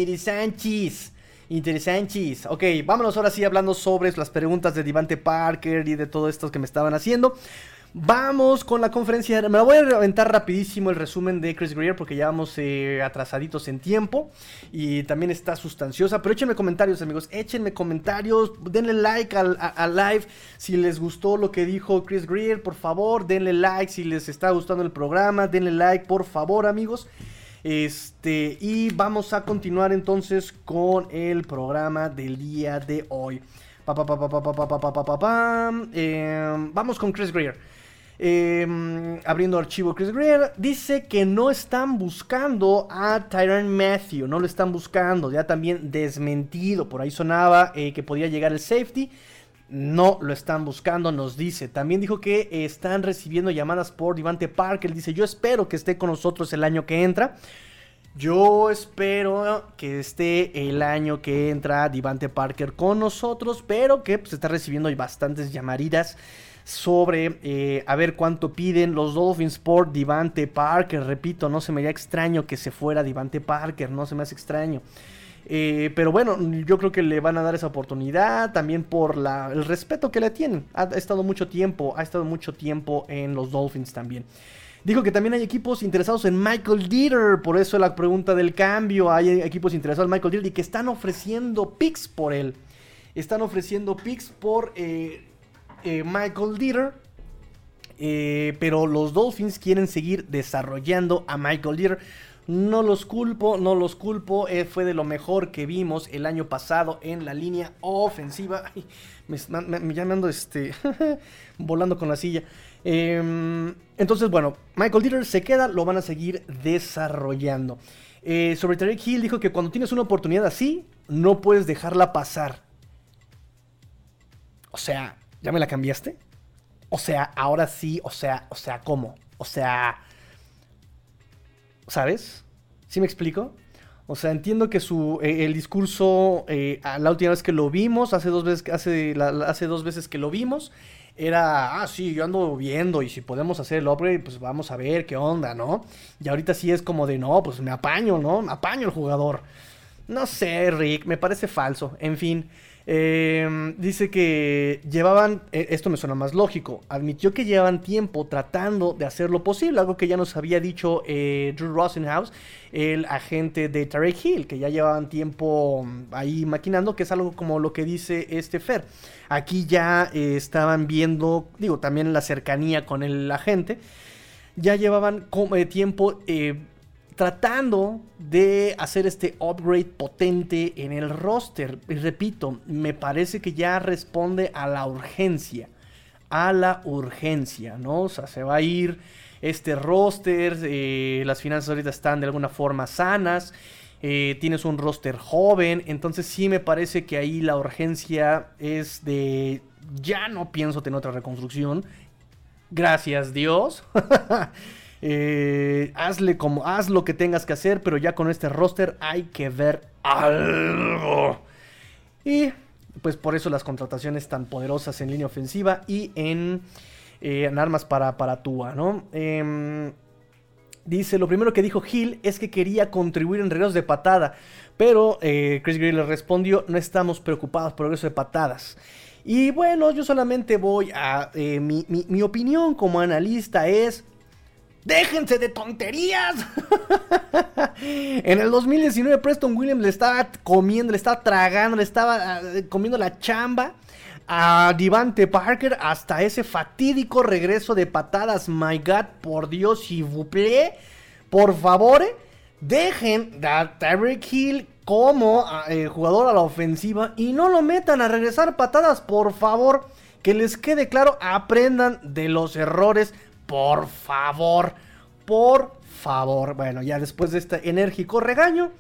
Ok, vámonos ahora sí hablando sobre las preguntas de Devante Parker y de todo esto que me estaban haciendo. Vamos con la conferencia. Me la voy a aventar rapidísimo el resumen de Chris Grier porque ya vamos atrasaditos en tiempo y también está sustanciosa. Pero échenme comentarios, amigos, denle like al live si les gustó lo que dijo Chris Grier, por favor, denle like si les está gustando el programa, denle like, por favor, amigos. Y vamos a continuar entonces con el programa del día de hoy. Vamos con Chris Grier. Abriendo archivo, Chris Grier dice que no están buscando a Tyrann Mathieu, no lo están buscando, ya también desmentido, por ahí sonaba que podía llegar el safety, no lo están buscando, nos dice. También dijo que están recibiendo llamadas por Devante Parker, dice: yo espero que esté con nosotros el año que entra. Yo espero que esté el año que entra Devante Parker con nosotros, pero que pues está recibiendo bastantes llamaridas sobre a ver cuánto piden los Dolphins por Devante Parker. Repito, no se me haría extraño que se fuera Devante Parker, no se me hace extraño. Pero bueno, yo creo que le van a dar esa oportunidad también por el respeto que le tienen. Ha estado mucho tiempo en los Dolphins también. Dijo que también hay equipos interesados en Michael Dieter, por eso la pregunta del cambio. Hay equipos interesados en Michael Dieter y que están ofreciendo picks por él. Están ofreciendo picks por Michael Dieter, pero los Dolphins quieren seguir desarrollando a Michael Dieter. No los culpo, fue de lo mejor que vimos el año pasado en la línea ofensiva. Ay, ya me ando volando con la silla. Entonces, bueno, Michael Dieter se queda, lo van a seguir desarrollando. Sobre Tyreek Hill dijo que cuando tienes una oportunidad así, no puedes dejarla pasar. O sea, ¿ya me la cambiaste? O sea, ahora sí, ¿cómo? O sea, ¿sabes? ¿Sí me explico? O sea, entiendo que el discurso, la última vez que lo vimos, hace dos veces que lo vimos, era: sí, yo ando viendo y si podemos hacer el upgrade, pues vamos a ver qué onda, ¿no? Y ahorita sí es como de: no, pues me apaño, ¿no? Me apaño el jugador. No sé, Rick, me parece falso. En fin, dice que llevaban, esto me suena más lógico, admitió que llevaban tiempo tratando de hacer lo posible, algo que ya nos había dicho Drew Rosenhaus, el agente de Tyreek Hill, que ya llevaban tiempo ahí maquinando, que es algo como lo que dice Fer. Aquí ya estaban viendo, digo, también la cercanía con el agente, ya llevaban tiempo tratando de hacer este upgrade potente en el roster. Y repito, me parece que ya responde a la urgencia, ¿no? O sea, se va a ir este roster, las finanzas ahorita están de alguna forma sanas, tienes un roster joven, entonces sí me parece que ahí la urgencia es de ya no pienso tener otra reconstrucción. Gracias Dios. Haz lo que tengas que hacer, pero ya con este roster hay que ver algo. Y pues por eso las contrataciones tan poderosas en línea ofensiva y en armas para Tua, ¿no? Dice, lo primero que dijo Hill es que quería contribuir en regresos de patada, pero Chris Greer le respondió, no estamos preocupados por regresos de patadas. Y bueno, yo solamente voy a... mi opinión como analista es... ¡déjense de tonterías! En el 2019 Preston Williams le estaba comiendo, le estaba tragando, le estaba comiendo la chamba a Devante Parker hasta ese fatídico regreso de patadas. My God, por Dios, s'il vous plaît, por favor, dejen a Tyreek Hill como jugador a la ofensiva y no lo metan a regresar patadas, por favor. Que les quede claro, aprendan de los errores, por favor. Por favor. Bueno, ya después de este enérgico regaño,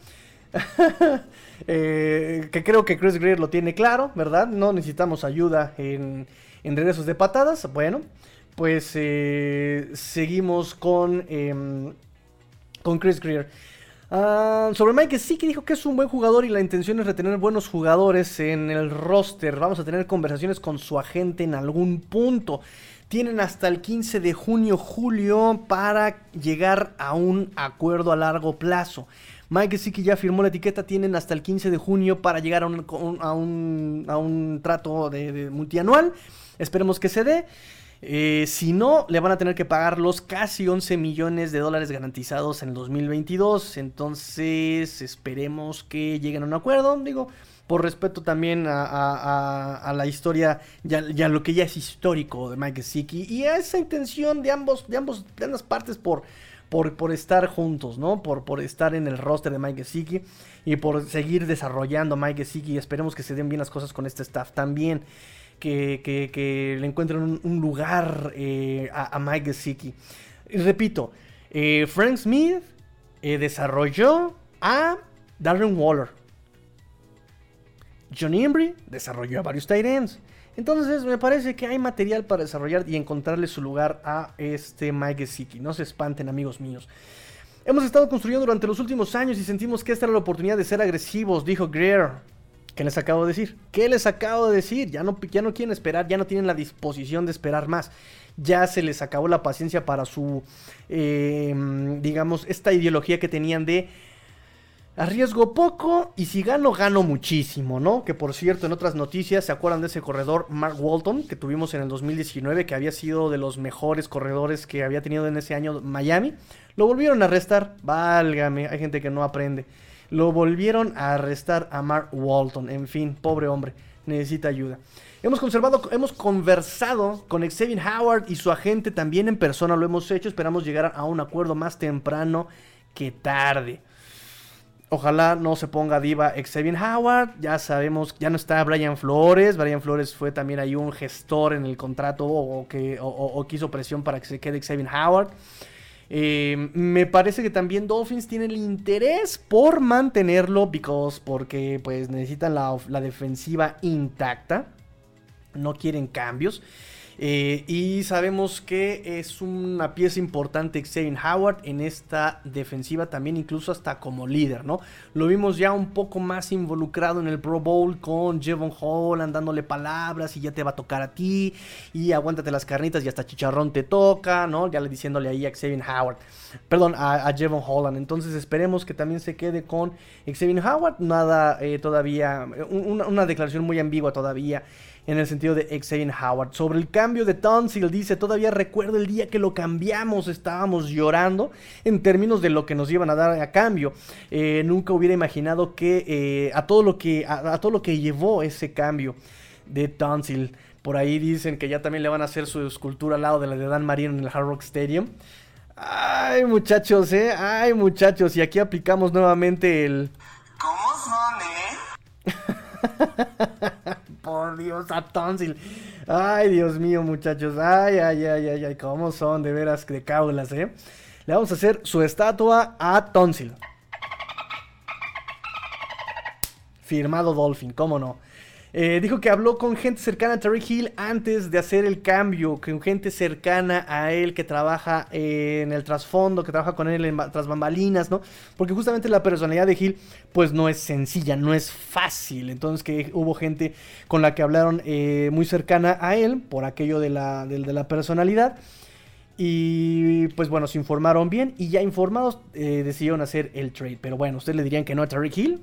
que creo que Chris Greer lo tiene claro, ¿verdad? No necesitamos ayuda en regresos de patadas. Bueno, pues seguimos con Chris Greer. Sobre Mike Gesicki, dijo que es un buen jugador y la intención es retener buenos jugadores en el roster. Vamos a tener conversaciones con su agente en algún punto. Tienen hasta el 15 de julio para llegar a un acuerdo a largo plazo. Mike Gesicki ya firmó la etiqueta, tienen hasta el 15 de junio para llegar a un trato de multianual. Esperemos que se dé. Si no, le van a tener que pagar los casi $11 millones garantizados en el 2022. Entonces, esperemos que lleguen a un acuerdo. Digo, por respeto también a la historia, ya lo que ya es histórico de Mike Gesicki. Y a esa intención de ambas partes por estar juntos, ¿no? Por estar en el roster de Mike Gesicki y por seguir desarrollando a Mike Gesicki. Esperemos que se den bien las cosas con este staff también. Que le encuentren un lugar a Mike Gesicki. Y repito, Frank Smith desarrolló a Darren Waller. John Embry desarrolló a varios tight ends. Entonces me parece que hay material para desarrollar y encontrarle su lugar a Mike Gesicki. No se espanten, amigos míos. Hemos estado construyendo durante los últimos años y sentimos que esta era la oportunidad de ser agresivos, dijo Greer. ¿Qué les acabo de decir? Ya no quieren esperar, ya no tienen la disposición de esperar más. Ya se les acabó la paciencia para su, digamos, esta ideología que tenían de arriesgo poco y si gano muchísimo, ¿no? Que por cierto, en otras noticias, ¿se acuerdan de ese corredor Mark Walton que tuvimos en el 2019? Que había sido de los mejores corredores que había tenido en ese año Miami. Lo volvieron a arrestar, válgame, hay gente que no aprende. Lo volvieron a arrestar a Mark Walton. En fin, pobre hombre, necesita ayuda. Hemos conversado con Xavier Howard y su agente también en persona. Lo hemos hecho, esperamos llegar a un acuerdo más temprano que tarde. Ojalá no se ponga diva Xavier Howard. Ya sabemos, ya no está Brian Flores. Brian Flores fue también ahí un gestor en el contrato o quiso presión para que se quede Xavier Howard. Me parece que también Dolphins tienen el interés por mantenerlo porque pues necesitan la defensiva intacta, no quieren cambios. Y sabemos que es una pieza importante Xavier Howard en esta defensiva también, incluso hasta como líder, ¿no? Lo vimos ya un poco más involucrado en el Pro Bowl con Jevon Holland dándole palabras y ya te va a tocar a ti y aguántate las carnitas y hasta chicharrón te toca, ¿no? Ya le diciéndole ahí a Xavier Howard, perdón, a Jevon Holland. Entonces esperemos que también se quede con Xavier Howard. Nada todavía, una declaración muy ambigua todavía en el sentido de Xavier Howard. Sobre el cambio de Tunsil, dice, todavía recuerdo el día que lo cambiamos, estábamos llorando en términos de lo que nos iban a dar a cambio. Nunca hubiera imaginado que a todo lo que llevó ese cambio de Tunsil. Por ahí dicen que ya también le van a hacer su escultura al lado de la de Dan Marino en el Hard Rock Stadium. Ay, muchachos, ay, muchachos, y aquí aplicamos nuevamente el... ¿Cómo son, Por Dios, a Tunsil. Ay, Dios mío, muchachos. Ay, cómo son, de veras, de cábulas, Le vamos a hacer su estatua a Tunsil. Firmado Dolphin, cómo no. Dijo que habló con gente cercana a Tyreek Hill antes de hacer el cambio, con gente cercana a él que trabaja en el trasfondo, que trabaja con él tras bambalinas, ¿no? Porque justamente la personalidad de Hill, pues no es sencilla, no es fácil. Entonces que hubo gente con la que hablaron muy cercana a él por aquello de la personalidad. Y pues bueno, se informaron bien y ya informados decidieron hacer el trade. Pero bueno, ¿ustedes le dirían que no a Tyreek Hill?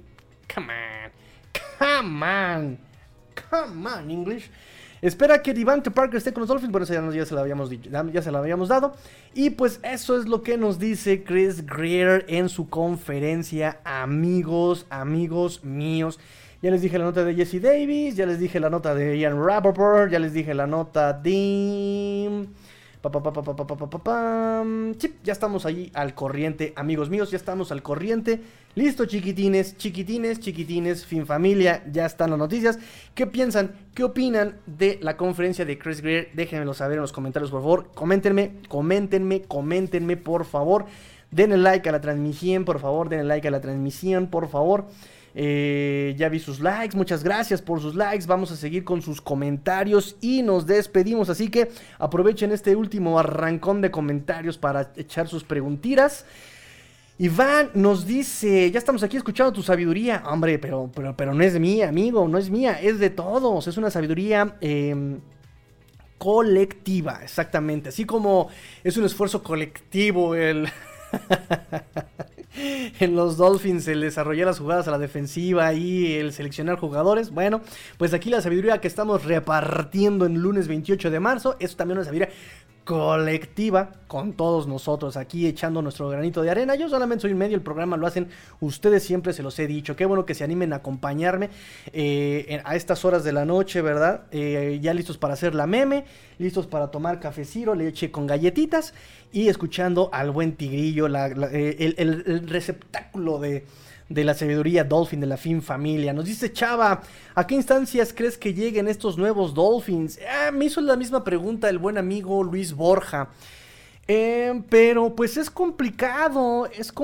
Come on, English. Espera que Devante Parker esté con los Dolphins. Bueno, eso ya se lo habíamos dicho, ya se lo habíamos dado. Y pues eso es lo que nos dice Chris Grier en su conferencia. Amigos míos. Ya les dije la nota de Jesse Davis, ya les dije la nota de Ian Rapoport, ya les dije la nota de... Sí, ya estamos allí al corriente, amigos míos, ya estamos al corriente. Listo, chiquitines, fin familia, ya están las noticias. ¿Qué piensan? ¿Qué opinan de la conferencia de Chris Grier? Déjenmelo saber en los comentarios, por favor. Coméntenme, por favor. Denle like a la transmisión, por favor. Ya vi sus likes, muchas gracias por sus likes. Vamos a seguir con sus comentarios y nos despedimos, así que aprovechen este último arrancón de comentarios para echar sus preguntitas. Iván nos dice: ya estamos aquí escuchando tu sabiduría. Hombre, pero no es mía, amigo, no es mía, es de todos. Es una sabiduría colectiva, exactamente. Así como es un esfuerzo colectivo el... En los Dolphins el desarrollar las jugadas a la defensiva y el seleccionar jugadores. Bueno, pues aquí la sabiduría que estamos repartiendo en lunes 28 de marzo es también una sabiduría colectiva con todos nosotros aquí echando nuestro granito de arena. Yo solamente soy un medio, el programa lo hacen ustedes, siempre se los he dicho. Qué bueno que se animen a acompañarme a estas horas de la noche, ¿verdad? Ya listos para hacer la meme, listos para tomar cafecito, leche con galletitas y escuchando al buen Tigrillo, el receptáculo de la sabiduría Dolphin de la fin familia. Nos dice Chava: ¿a qué instancias crees que lleguen estos nuevos Dolphins? Me hizo la misma pregunta el buen amigo Luis Borja. Pero pues es complicado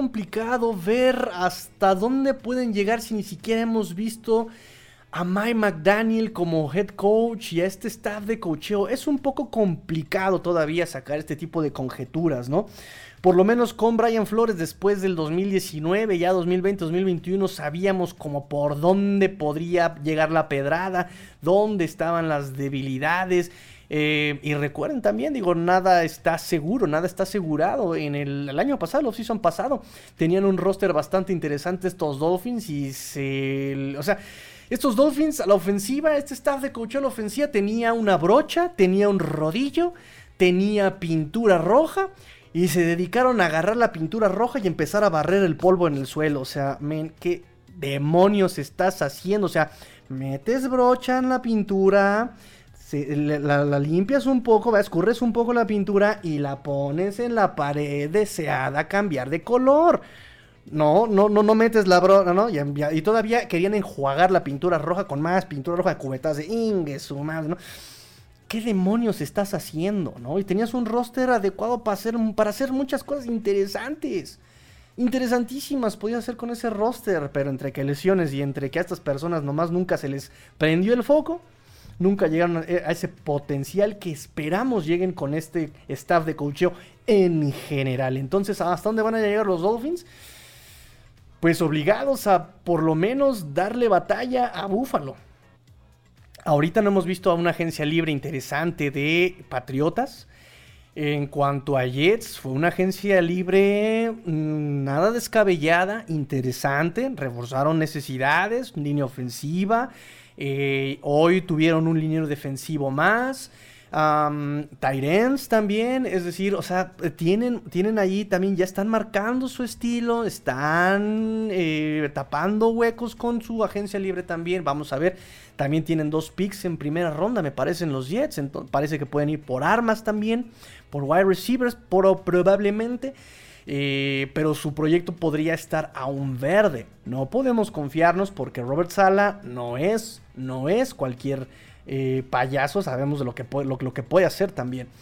ver hasta dónde pueden llegar si ni siquiera hemos visto a Mike McDaniel como head coach y a este staff de coacheo. Es un poco complicado todavía sacar este tipo de conjeturas, ¿no? Por lo menos con Brian Flores después del 2019, ya 2020-2021 sabíamos como por dónde podría llegar la pedrada, dónde estaban las debilidades. Y recuerden también, digo, nada está seguro, nada está asegurado. En el año pasado, el off-season pasado, tenían un roster bastante interesante estos Dolphins y estos Dolphins a la ofensiva, este staff de coacheo a la ofensiva tenía una brocha, tenía un rodillo, tenía pintura roja. Y se dedicaron a agarrar la pintura roja y empezar a barrer el polvo en el suelo. O sea, ¿qué demonios estás haciendo? O sea, metes brocha en la pintura, la limpias un poco, escurres un poco la pintura y la pones en la pared deseada cambiar de color. No metes la brocha, ¿no? Y todavía querían enjuagar la pintura roja con más pintura roja de cubetadas de Inge, su madre, ¿no? ¿Qué demonios estás haciendo, no? Y tenías un roster adecuado para hacer muchas cosas interesantes. Interesantísimas podías hacer con ese roster. Pero entre que lesiones y entre que a estas personas nomás nunca se les prendió el foco, nunca llegaron a ese potencial que esperamos lleguen con este staff de coacheo en general. Entonces, ¿hasta dónde van a llegar los Dolphins? Pues obligados a por lo menos darle batalla a Buffalo. Ahorita no hemos visto a una agencia libre interesante de Patriotas. En cuanto a Jets, fue una agencia libre nada descabellada, interesante. Reforzaron necesidades, línea ofensiva. Hoy tuvieron un liniero defensivo más. Tight ends también, es decir, o sea, tienen allí también, ya están marcando su estilo, están tapando huecos con su agencia libre también. Vamos a ver, también tienen 2 picks en primera ronda, me parecen los Jets, entonces parece que pueden ir por armas también, por wide receivers, probablemente. Pero su proyecto podría estar aún verde. No podemos confiarnos porque Robert Saleh no es cualquier payaso. Sabemos de lo que puede hacer también.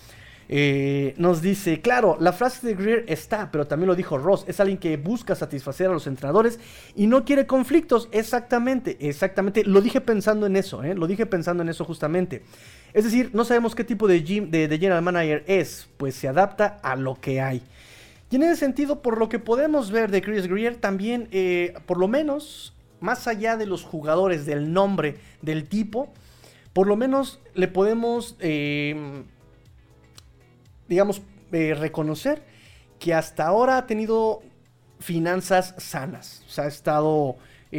Nos dice, claro, la frase de Greer está, pero también lo dijo Ross, es alguien que busca satisfacer a los entrenadores y no quiere conflictos. Exactamente, lo dije pensando en eso, lo dije pensando en eso justamente. Es decir, no sabemos qué tipo de general manager es, pues se adapta a lo que hay. Y en ese sentido, por lo que podemos ver de Chris Greer, también, por lo menos, más allá de los jugadores, del nombre, del tipo, por lo menos le podemos... reconocer que hasta ahora ha tenido finanzas sanas. O sea, ha estado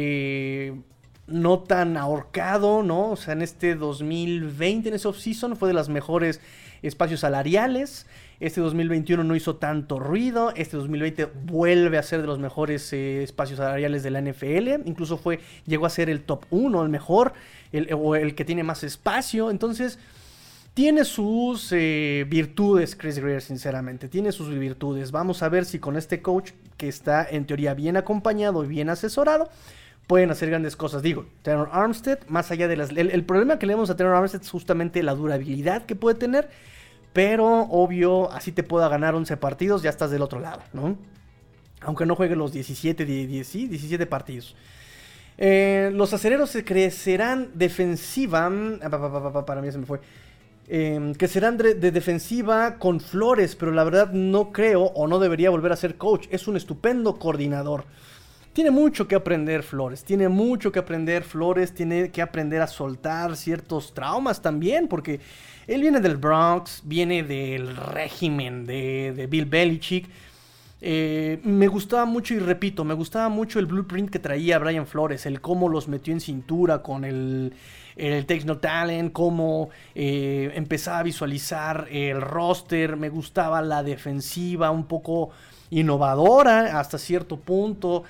no tan ahorcado, ¿no? O sea, en este 2020, en ese off-season, fue de los mejores espacios salariales. Este 2021 no hizo tanto ruido. Este 2020 vuelve a ser de los mejores espacios salariales de la NFL. Incluso llegó a ser el top 1, el mejor, el que tiene más espacio. Entonces... tiene sus virtudes Chris Greer, sinceramente. Tiene sus virtudes. Vamos a ver si con este coach, que está en teoría bien acompañado y bien asesorado, pueden hacer grandes cosas. Digo, Terron Armstead, más allá de el problema que le vemos a Terron Armstead es justamente la durabilidad que puede tener. Pero, obvio, así te pueda ganar 11 partidos, ya estás del otro lado, ¿no? Aunque no juegue los 17 partidos. Los acereros se crecerán defensiva. Para mí se me fue. Que serán de defensiva con Flores, pero la verdad no creo o no debería volver a ser coach. Es un estupendo coordinador. Tiene mucho que aprender Flores, tiene que aprender a soltar ciertos traumas también, porque él viene del Bronx, viene del régimen de Bill Belichick. Me gustaba mucho, y repito, me gustaba mucho el blueprint que traía Brian Flores, el cómo los metió en cintura con el Takes No Talent, cómo empezaba a visualizar el roster. Me gustaba la defensiva, un poco innovadora hasta cierto punto.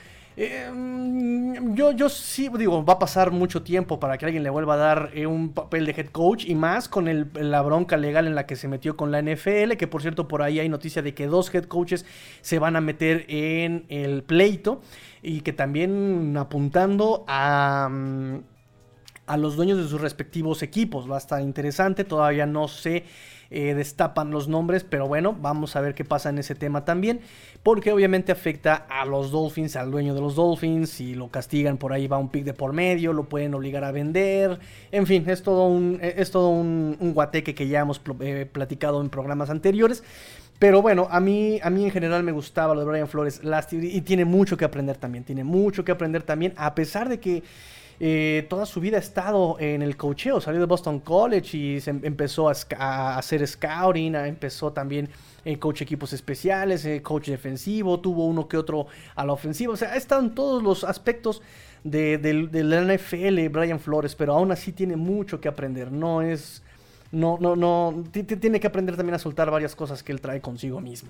Yo sí digo, va a pasar mucho tiempo para que alguien le vuelva a dar un papel de head coach, y más con la bronca legal en la que se metió con la NFL, que por cierto por ahí hay noticia de que 2 head coaches se van a meter en el pleito, y que también apuntando a los dueños de sus respectivos equipos. Va a estar interesante, todavía no se destapan los nombres, pero bueno, vamos a ver qué pasa en ese tema también, porque obviamente afecta a los Dolphins, al dueño de los Dolphins. Si lo castigan, por ahí va un pick de por medio, lo pueden obligar a vender, en fin, es todo un guateque que ya hemos platicado en programas anteriores. Pero bueno, a mí en general me gustaba lo de Brian Flores, y tiene mucho que aprender también, a pesar de que toda su vida ha estado en el coacheo. Salió de Boston College y empezó a hacer scouting, empezó también coach equipos especiales, coach defensivo, tuvo uno que otro a la ofensiva. O sea, ha estado en todos los aspectos de la NFL Brian Flores, pero aún así tiene mucho que aprender. Tiene que aprender también a soltar varias cosas que él trae consigo mismo.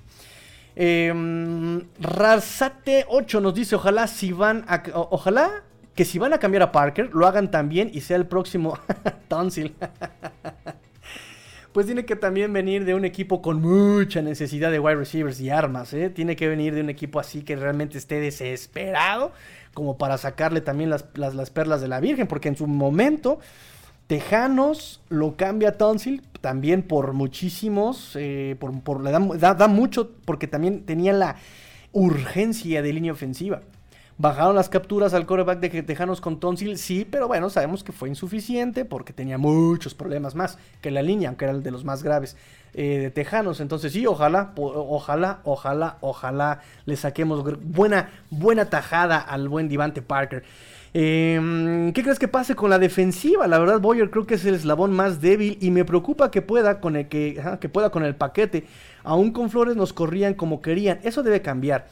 Rarzate 8 nos dice, ojalá que si van a cambiar a Parker, lo hagan también y sea el próximo Tonsil. Pues tiene que también venir de un equipo con mucha necesidad de wide receivers y armas, ¿eh? Tiene que venir de un equipo así que realmente esté desesperado, como para sacarle también las perlas de la Virgen, porque en su momento Tejanos lo cambia a Tonsil también por muchísimos, le da mucho, porque también tenía la urgencia de línea ofensiva. Bajaron las capturas al quarterback de Tejanos con Tonsil, sí, pero bueno, sabemos que fue insuficiente porque tenía muchos problemas más que la línea, aunque era el de los más graves de Tejanos. Entonces sí, ojalá le saquemos buena tajada al buen Devante Parker. ¿Qué crees que pase con la defensiva? La verdad, Boyer creo que es el eslabón más débil y me preocupa que pueda con el paquete. Aún con Flores nos corrían como querían, eso debe cambiar.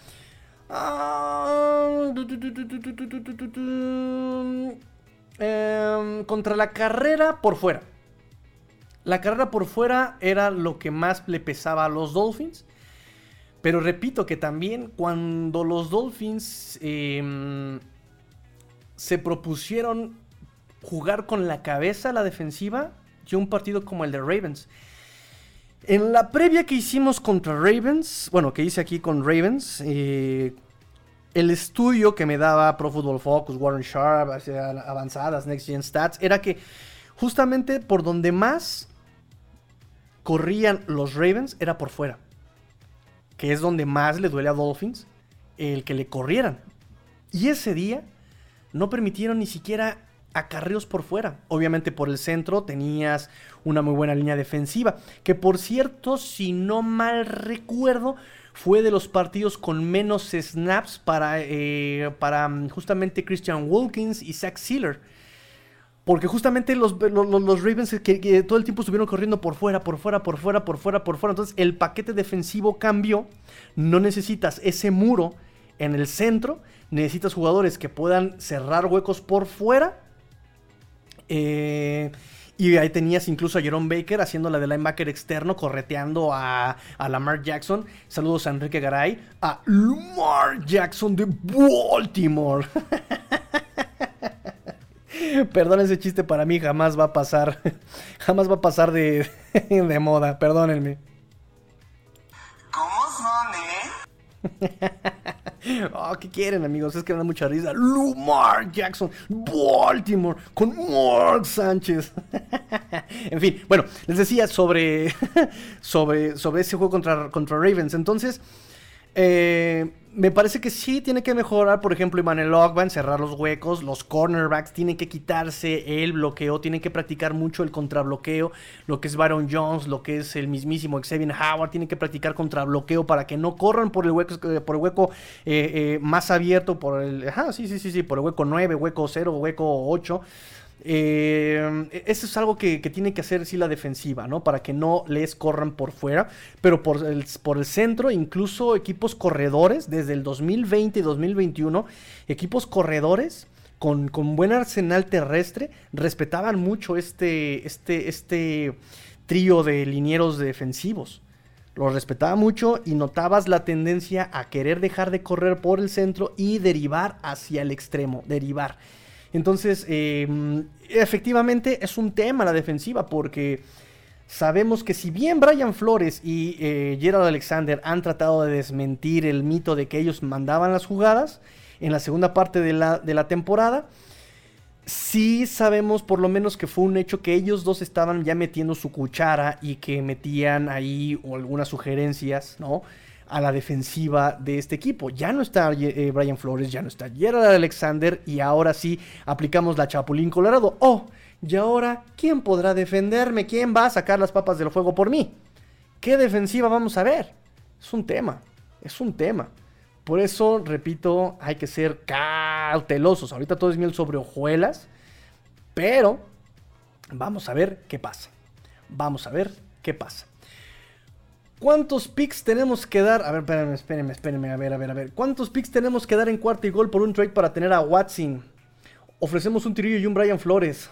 Contra la carrera por fuera. La carrera por fuera era lo que más le pesaba a los Dolphins. Pero repito que también cuando los Dolphins se propusieron jugar con la cabeza a la defensiva, dio un partido como el de Ravens. En la previa que hicimos contra Ravens, bueno, que hice aquí con Ravens, el estudio que me daba Pro Football Focus, Warren Sharp, avanzadas, Next Gen Stats, era que justamente por donde más corrían los Ravens era por fuera, que es donde más le duele a Dolphins el que le corrieran. Y ese día no permitieron ni siquiera acarreos por fuera. Obviamente por el centro tenías una muy buena línea defensiva, que por cierto, si no mal recuerdo, fue de los partidos con menos snaps para justamente Christian Wilkins y Zach Sealer. Porque justamente los Ravens que todo el tiempo estuvieron corriendo por fuera. Entonces el paquete defensivo cambió. No necesitas ese muro en el centro. Necesitas jugadores que puedan cerrar huecos por fuera. Y ahí tenías incluso a Jerome Baker haciendo la de linebacker externo, correteando a Lamar Jackson. Saludos a Enrique Garay. A Lamar Jackson de Baltimore. Perdón, ese chiste para mí jamás va a pasar. Jamás va a pasar de moda. Perdónenme. ¿Cómo son, Oh, ¿qué quieren, amigos? Es que me da mucha risa. Lamar Jackson, Baltimore, con Mark Sánchez. En fin, bueno, les decía sobre ese juego contra Ravens. Entonces, me parece que sí tiene que mejorar, por ejemplo, Emmanuel Ogbah, cerrar los huecos. Los cornerbacks tienen que quitarse el bloqueo, tienen que practicar mucho el contrabloqueo. Lo que es Byron Jones, lo que es el mismísimo Xavier Howard, tienen que practicar contrabloqueo para que no corran por el hueco más abierto, por el hueco 9, hueco 0, hueco 8. Eso es algo que tiene que hacer sí la defensiva, ¿no? Para que no les corran por fuera, pero por el centro, incluso equipos corredores desde el 2020 y 2021, equipos corredores con buen arsenal terrestre respetaban mucho este trío de linieros defensivos. Lo respetaba mucho y notabas la tendencia a querer dejar de correr por el centro y derivar hacia el extremo, Entonces, efectivamente es un tema la defensiva, porque sabemos que si bien Brian Flores y Gerald Alexander han tratado de desmentir el mito de que ellos mandaban las jugadas en la segunda parte de la temporada, sí sabemos por lo menos que fue un hecho que ellos dos estaban ya metiendo su cuchara y que metían ahí algunas sugerencias, ¿no?, a la defensiva de este equipo. Ya no está Brian Flores, ya no está Gerald Alexander, y ahora sí aplicamos la Chapulín Colorado. Y ahora, ¿quién podrá defenderme? ¿Quién va a sacar las papas del fuego por mí? ¿Qué defensiva vamos a ver? Es un tema. Por eso, repito, hay que ser cautelosos. Ahorita todo es miel sobre hojuelas, pero vamos a ver qué pasa. ¿Cuántos picks tenemos que dar? A ver, espérenme. A ver. ¿Cuántos picks tenemos que dar en cuarta y gol por un trade para tener a Watson? Ofrecemos un tirillo y un Brian Flores.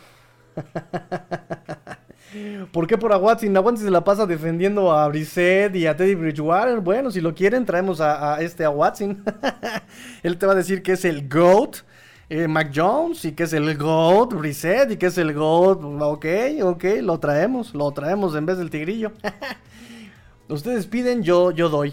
¿Por qué por a Watson? A Watson se la pasa defendiendo a Brissett y a Teddy Bridgewater. Bueno, si lo quieren, traemos a Watson. Él te va a decir que es el GOAT. Mac Jones, y que es el GOAT, Brissett, y que es el GOAT. Ok, lo traemos en vez del tigrillo. Ustedes piden, yo doy.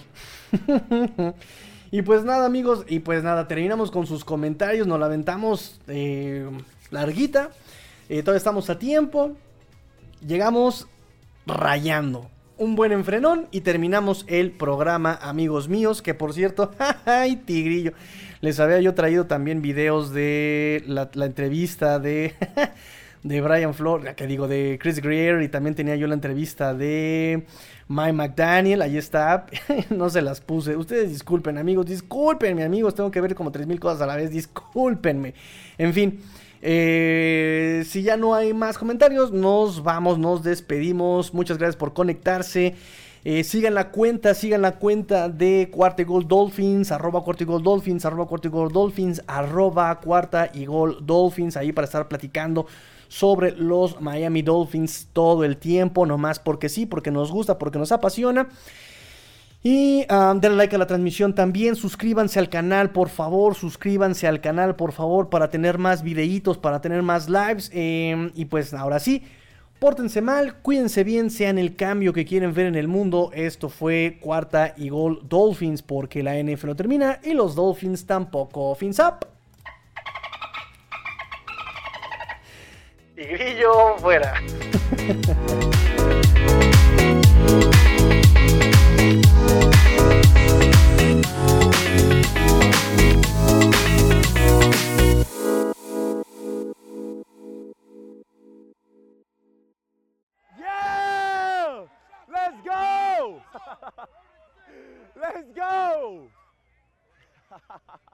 Y pues nada, amigos, terminamos con sus comentarios. Nos la aventamos larguita. Todavía estamos a tiempo. Llegamos rayando un buen enfrenón y terminamos el programa, amigos míos. Que por cierto, ¡ay, tigrillo! Les había yo traído también videos de la entrevista de Brian Flores, de Chris Greer, y también tenía yo la entrevista de Mike McDaniel. Ahí está. No se las puse. Ustedes discúlpenme, amigos. Tengo que ver como 3000 cosas a la vez. Discúlpenme. En fin. Si ya no hay más comentarios, nos vamos, nos despedimos. Muchas gracias por conectarse. Sigan la cuenta de Cuarta y Gol Dolphins, @Cuarta y Gol Dolphins, @Cuarta y Gol Dolphins, @Cuarta y Gol Dolphins, ahí para estar platicando sobre los Miami Dolphins todo el tiempo, nomás porque sí, porque nos gusta, porque nos apasiona. Y denle like a la transmisión también, suscríbanse al canal, por favor, para tener más videitos, para tener más lives. Y pues ahora sí, pórtense mal, cuídense bien, sean el cambio que quieren ver en el mundo. Esto fue Cuarta y Gol Dolphins, porque la NFL no termina y los Dolphins tampoco. Fins up. Tigrillo fuera. Let's go!